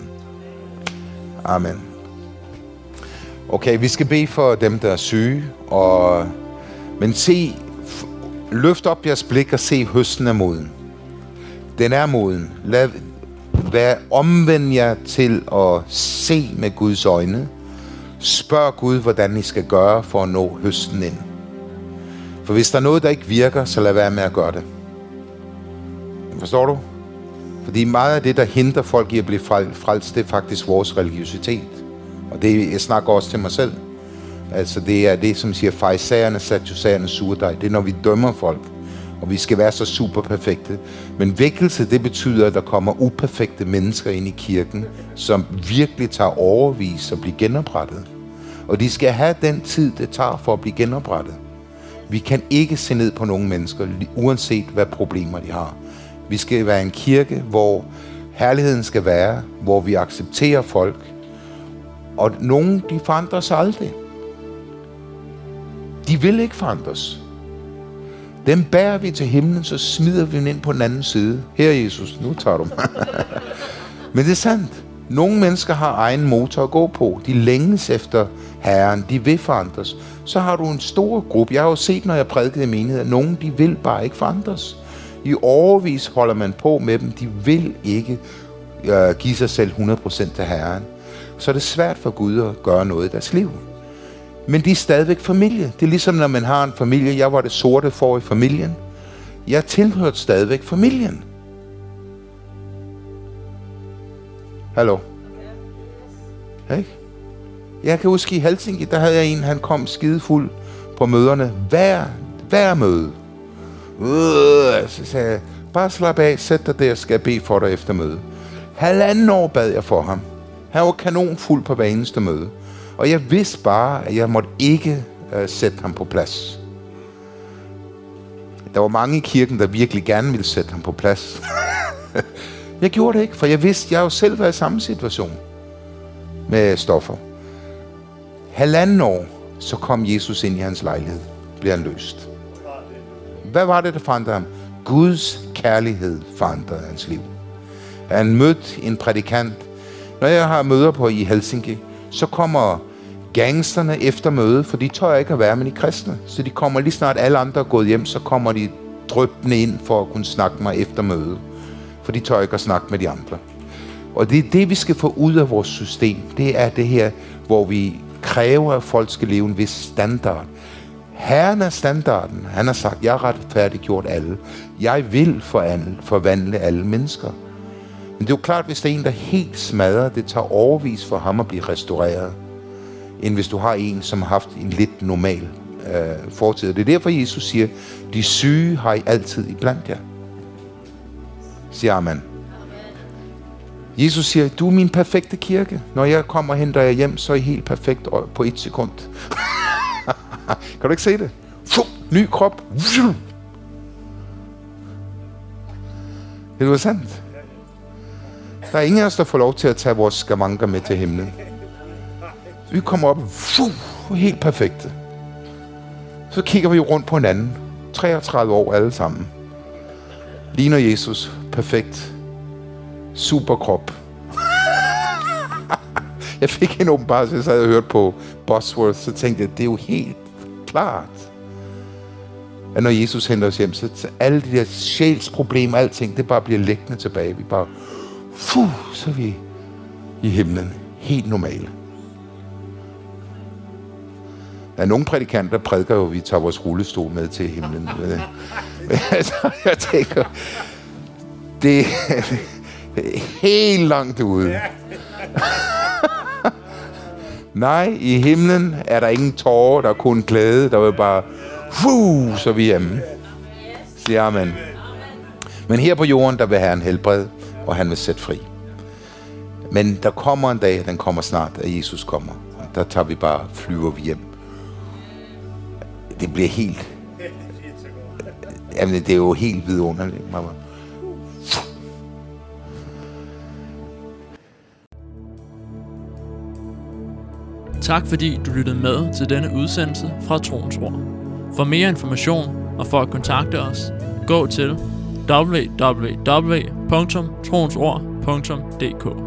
Amen. Okay, vi skal bede for dem, der er syge. Og, men se... Løft op jeres blik og se, høsten er moden. Den er moden. Lad være omvend jer til at se med Guds øjne. Spørg Gud, hvordan I skal gøre for at nå høsten ind. For hvis der er noget, der ikke virker, så lad være med at gøre det. Forstår du? Fordi meget af det, der hindrer folk i at blive frelst, det er faktisk vores religiøsitet. Og det, jeg snakker også til mig selv. Altså det er det, som siger farisæerne, sadducæerne, surdej. Det er, når vi dømmer folk, og vi skal være så super perfekte. Men vækkelse, det betyder, at der kommer uperfekte mennesker ind i kirken, som virkelig tager overvis at blive genoprettet. Og de skal have den tid, det tager for at blive genoprettet. Vi kan ikke se ned på nogle mennesker, uanset hvad problemer de har. Vi skal være en kirke, hvor herligheden skal være, hvor vi accepterer folk, og nogen, de forandrer sig aldrig. De vil ikke forandres. Dem bærer vi til himlen, så smider vi den ind på den anden side. Her, Jesus, nu tager du mig. Men det er sandt. Nogle mennesker har egen motor at gå på. De længes efter Herren. De vil forandres. Så har du en stor gruppe. Jeg har jo set, når jeg prædikede i menighed, at nogen, de vil bare ikke forandres. I årevis holder man på med dem. De vil ikke øh, give sig selv hundrede procent til Herren. Så er det svært for Gud at gøre noget i deres liv. Men de er stadigvæk familie. Det er ligesom, når man har en familie. Jeg var det sorte for i familien. Jeg tilhørte stadigvæk familien. Hallo? Hey. Jeg kan huske i Helsinki, der havde jeg en, han kom skidefuld på møderne. Hver, hver møde. Øh, så sagde jeg, bare slap af, sæt dig der, skal jeg bede for dig efter møde. Halvanden år bad jeg for ham. Han var kanonfuld på hver eneste møde. Og jeg vidste bare, at jeg måtte ikke uh, sætte ham på plads. Der var mange i kirken, der virkelig gerne ville sætte ham på plads. Jeg gjorde det ikke, for jeg vidste, jeg jo selv var i samme situation med stoffer. Halvanden år, så kom Jesus ind i hans lejlighed. Blev han løst. Hvad var det, der forandrede ham? Guds kærlighed forandrede hans liv. Han mødte en prædikant. Når jeg har møder på i Helsinki, så kommer gangsterne efter møde, for de tør ikke at være med de kristne. Så de kommer lige snart alle andre er gået hjem, så kommer de dryppende ind for at kunne snakke mig efter møde. For de tør ikke at snakke med de andre. Og det er det, vi skal få ud af vores system. Det er det her, hvor vi kræver, at folk skal leve en vis standard. Herren er standarden. Han har sagt, jeg har retfærdiggjort alle. Jeg vil forvandle alle mennesker. Men det er jo klart, hvis det er en, der helt smadrer, det tager overvis for ham at blive restaureret, end hvis du har en, som har haft en lidt normal øh, fortid. Det er derfor, Jesus siger, de syge har I altid iblandt jer. Siger amen. Jesus siger, du er min perfekte kirke. Når jeg kommer og henter jer hjem, så er I helt perfekt på et sekund. Kan du ikke se det? Ny krop. Det er sandt. Der er ingen af os, der får lov til at tage vores skavanker med til himlen. Vi kommer op, helt perfekte. Så kigger vi rundt på hinanden. treogtredive år alle sammen. Ligner Jesus. Perfekt. Superkrop. Jeg fik en åbenbarelse, jeg sad og hørte på Bosworth, så tænkte jeg, det er jo helt klart, at når Jesus henter os hjem, så alle de der sjælsproblemer, alting, det bare bliver liggende tilbage. Vi bare, fuh, så er vi i himlen. Helt normale. Der er nogle prædikanter, der prædiker jo, at vi tager vores rullestol med til himlen. Altså, jeg tænker, det er helt langt ude. Nej, i himlen er der ingen tårer, der er kun glæde. Der er bare, fuh, så er vi hjemme. Siger amen. Men her på jorden, der vil Herren helbrede, og han vil sætte fri. Men der kommer en dag, den kommer snart, at Jesus kommer. Der tager vi bare, flyver vi hjem. Det bliver helt... Jamen, det er jo helt vidunderligt, mamma. Tak fordi du lyttede med til denne udsendelse fra Troens Ord. For mere information og for at kontakte os, gå til w w w punktum troensord punktum d k.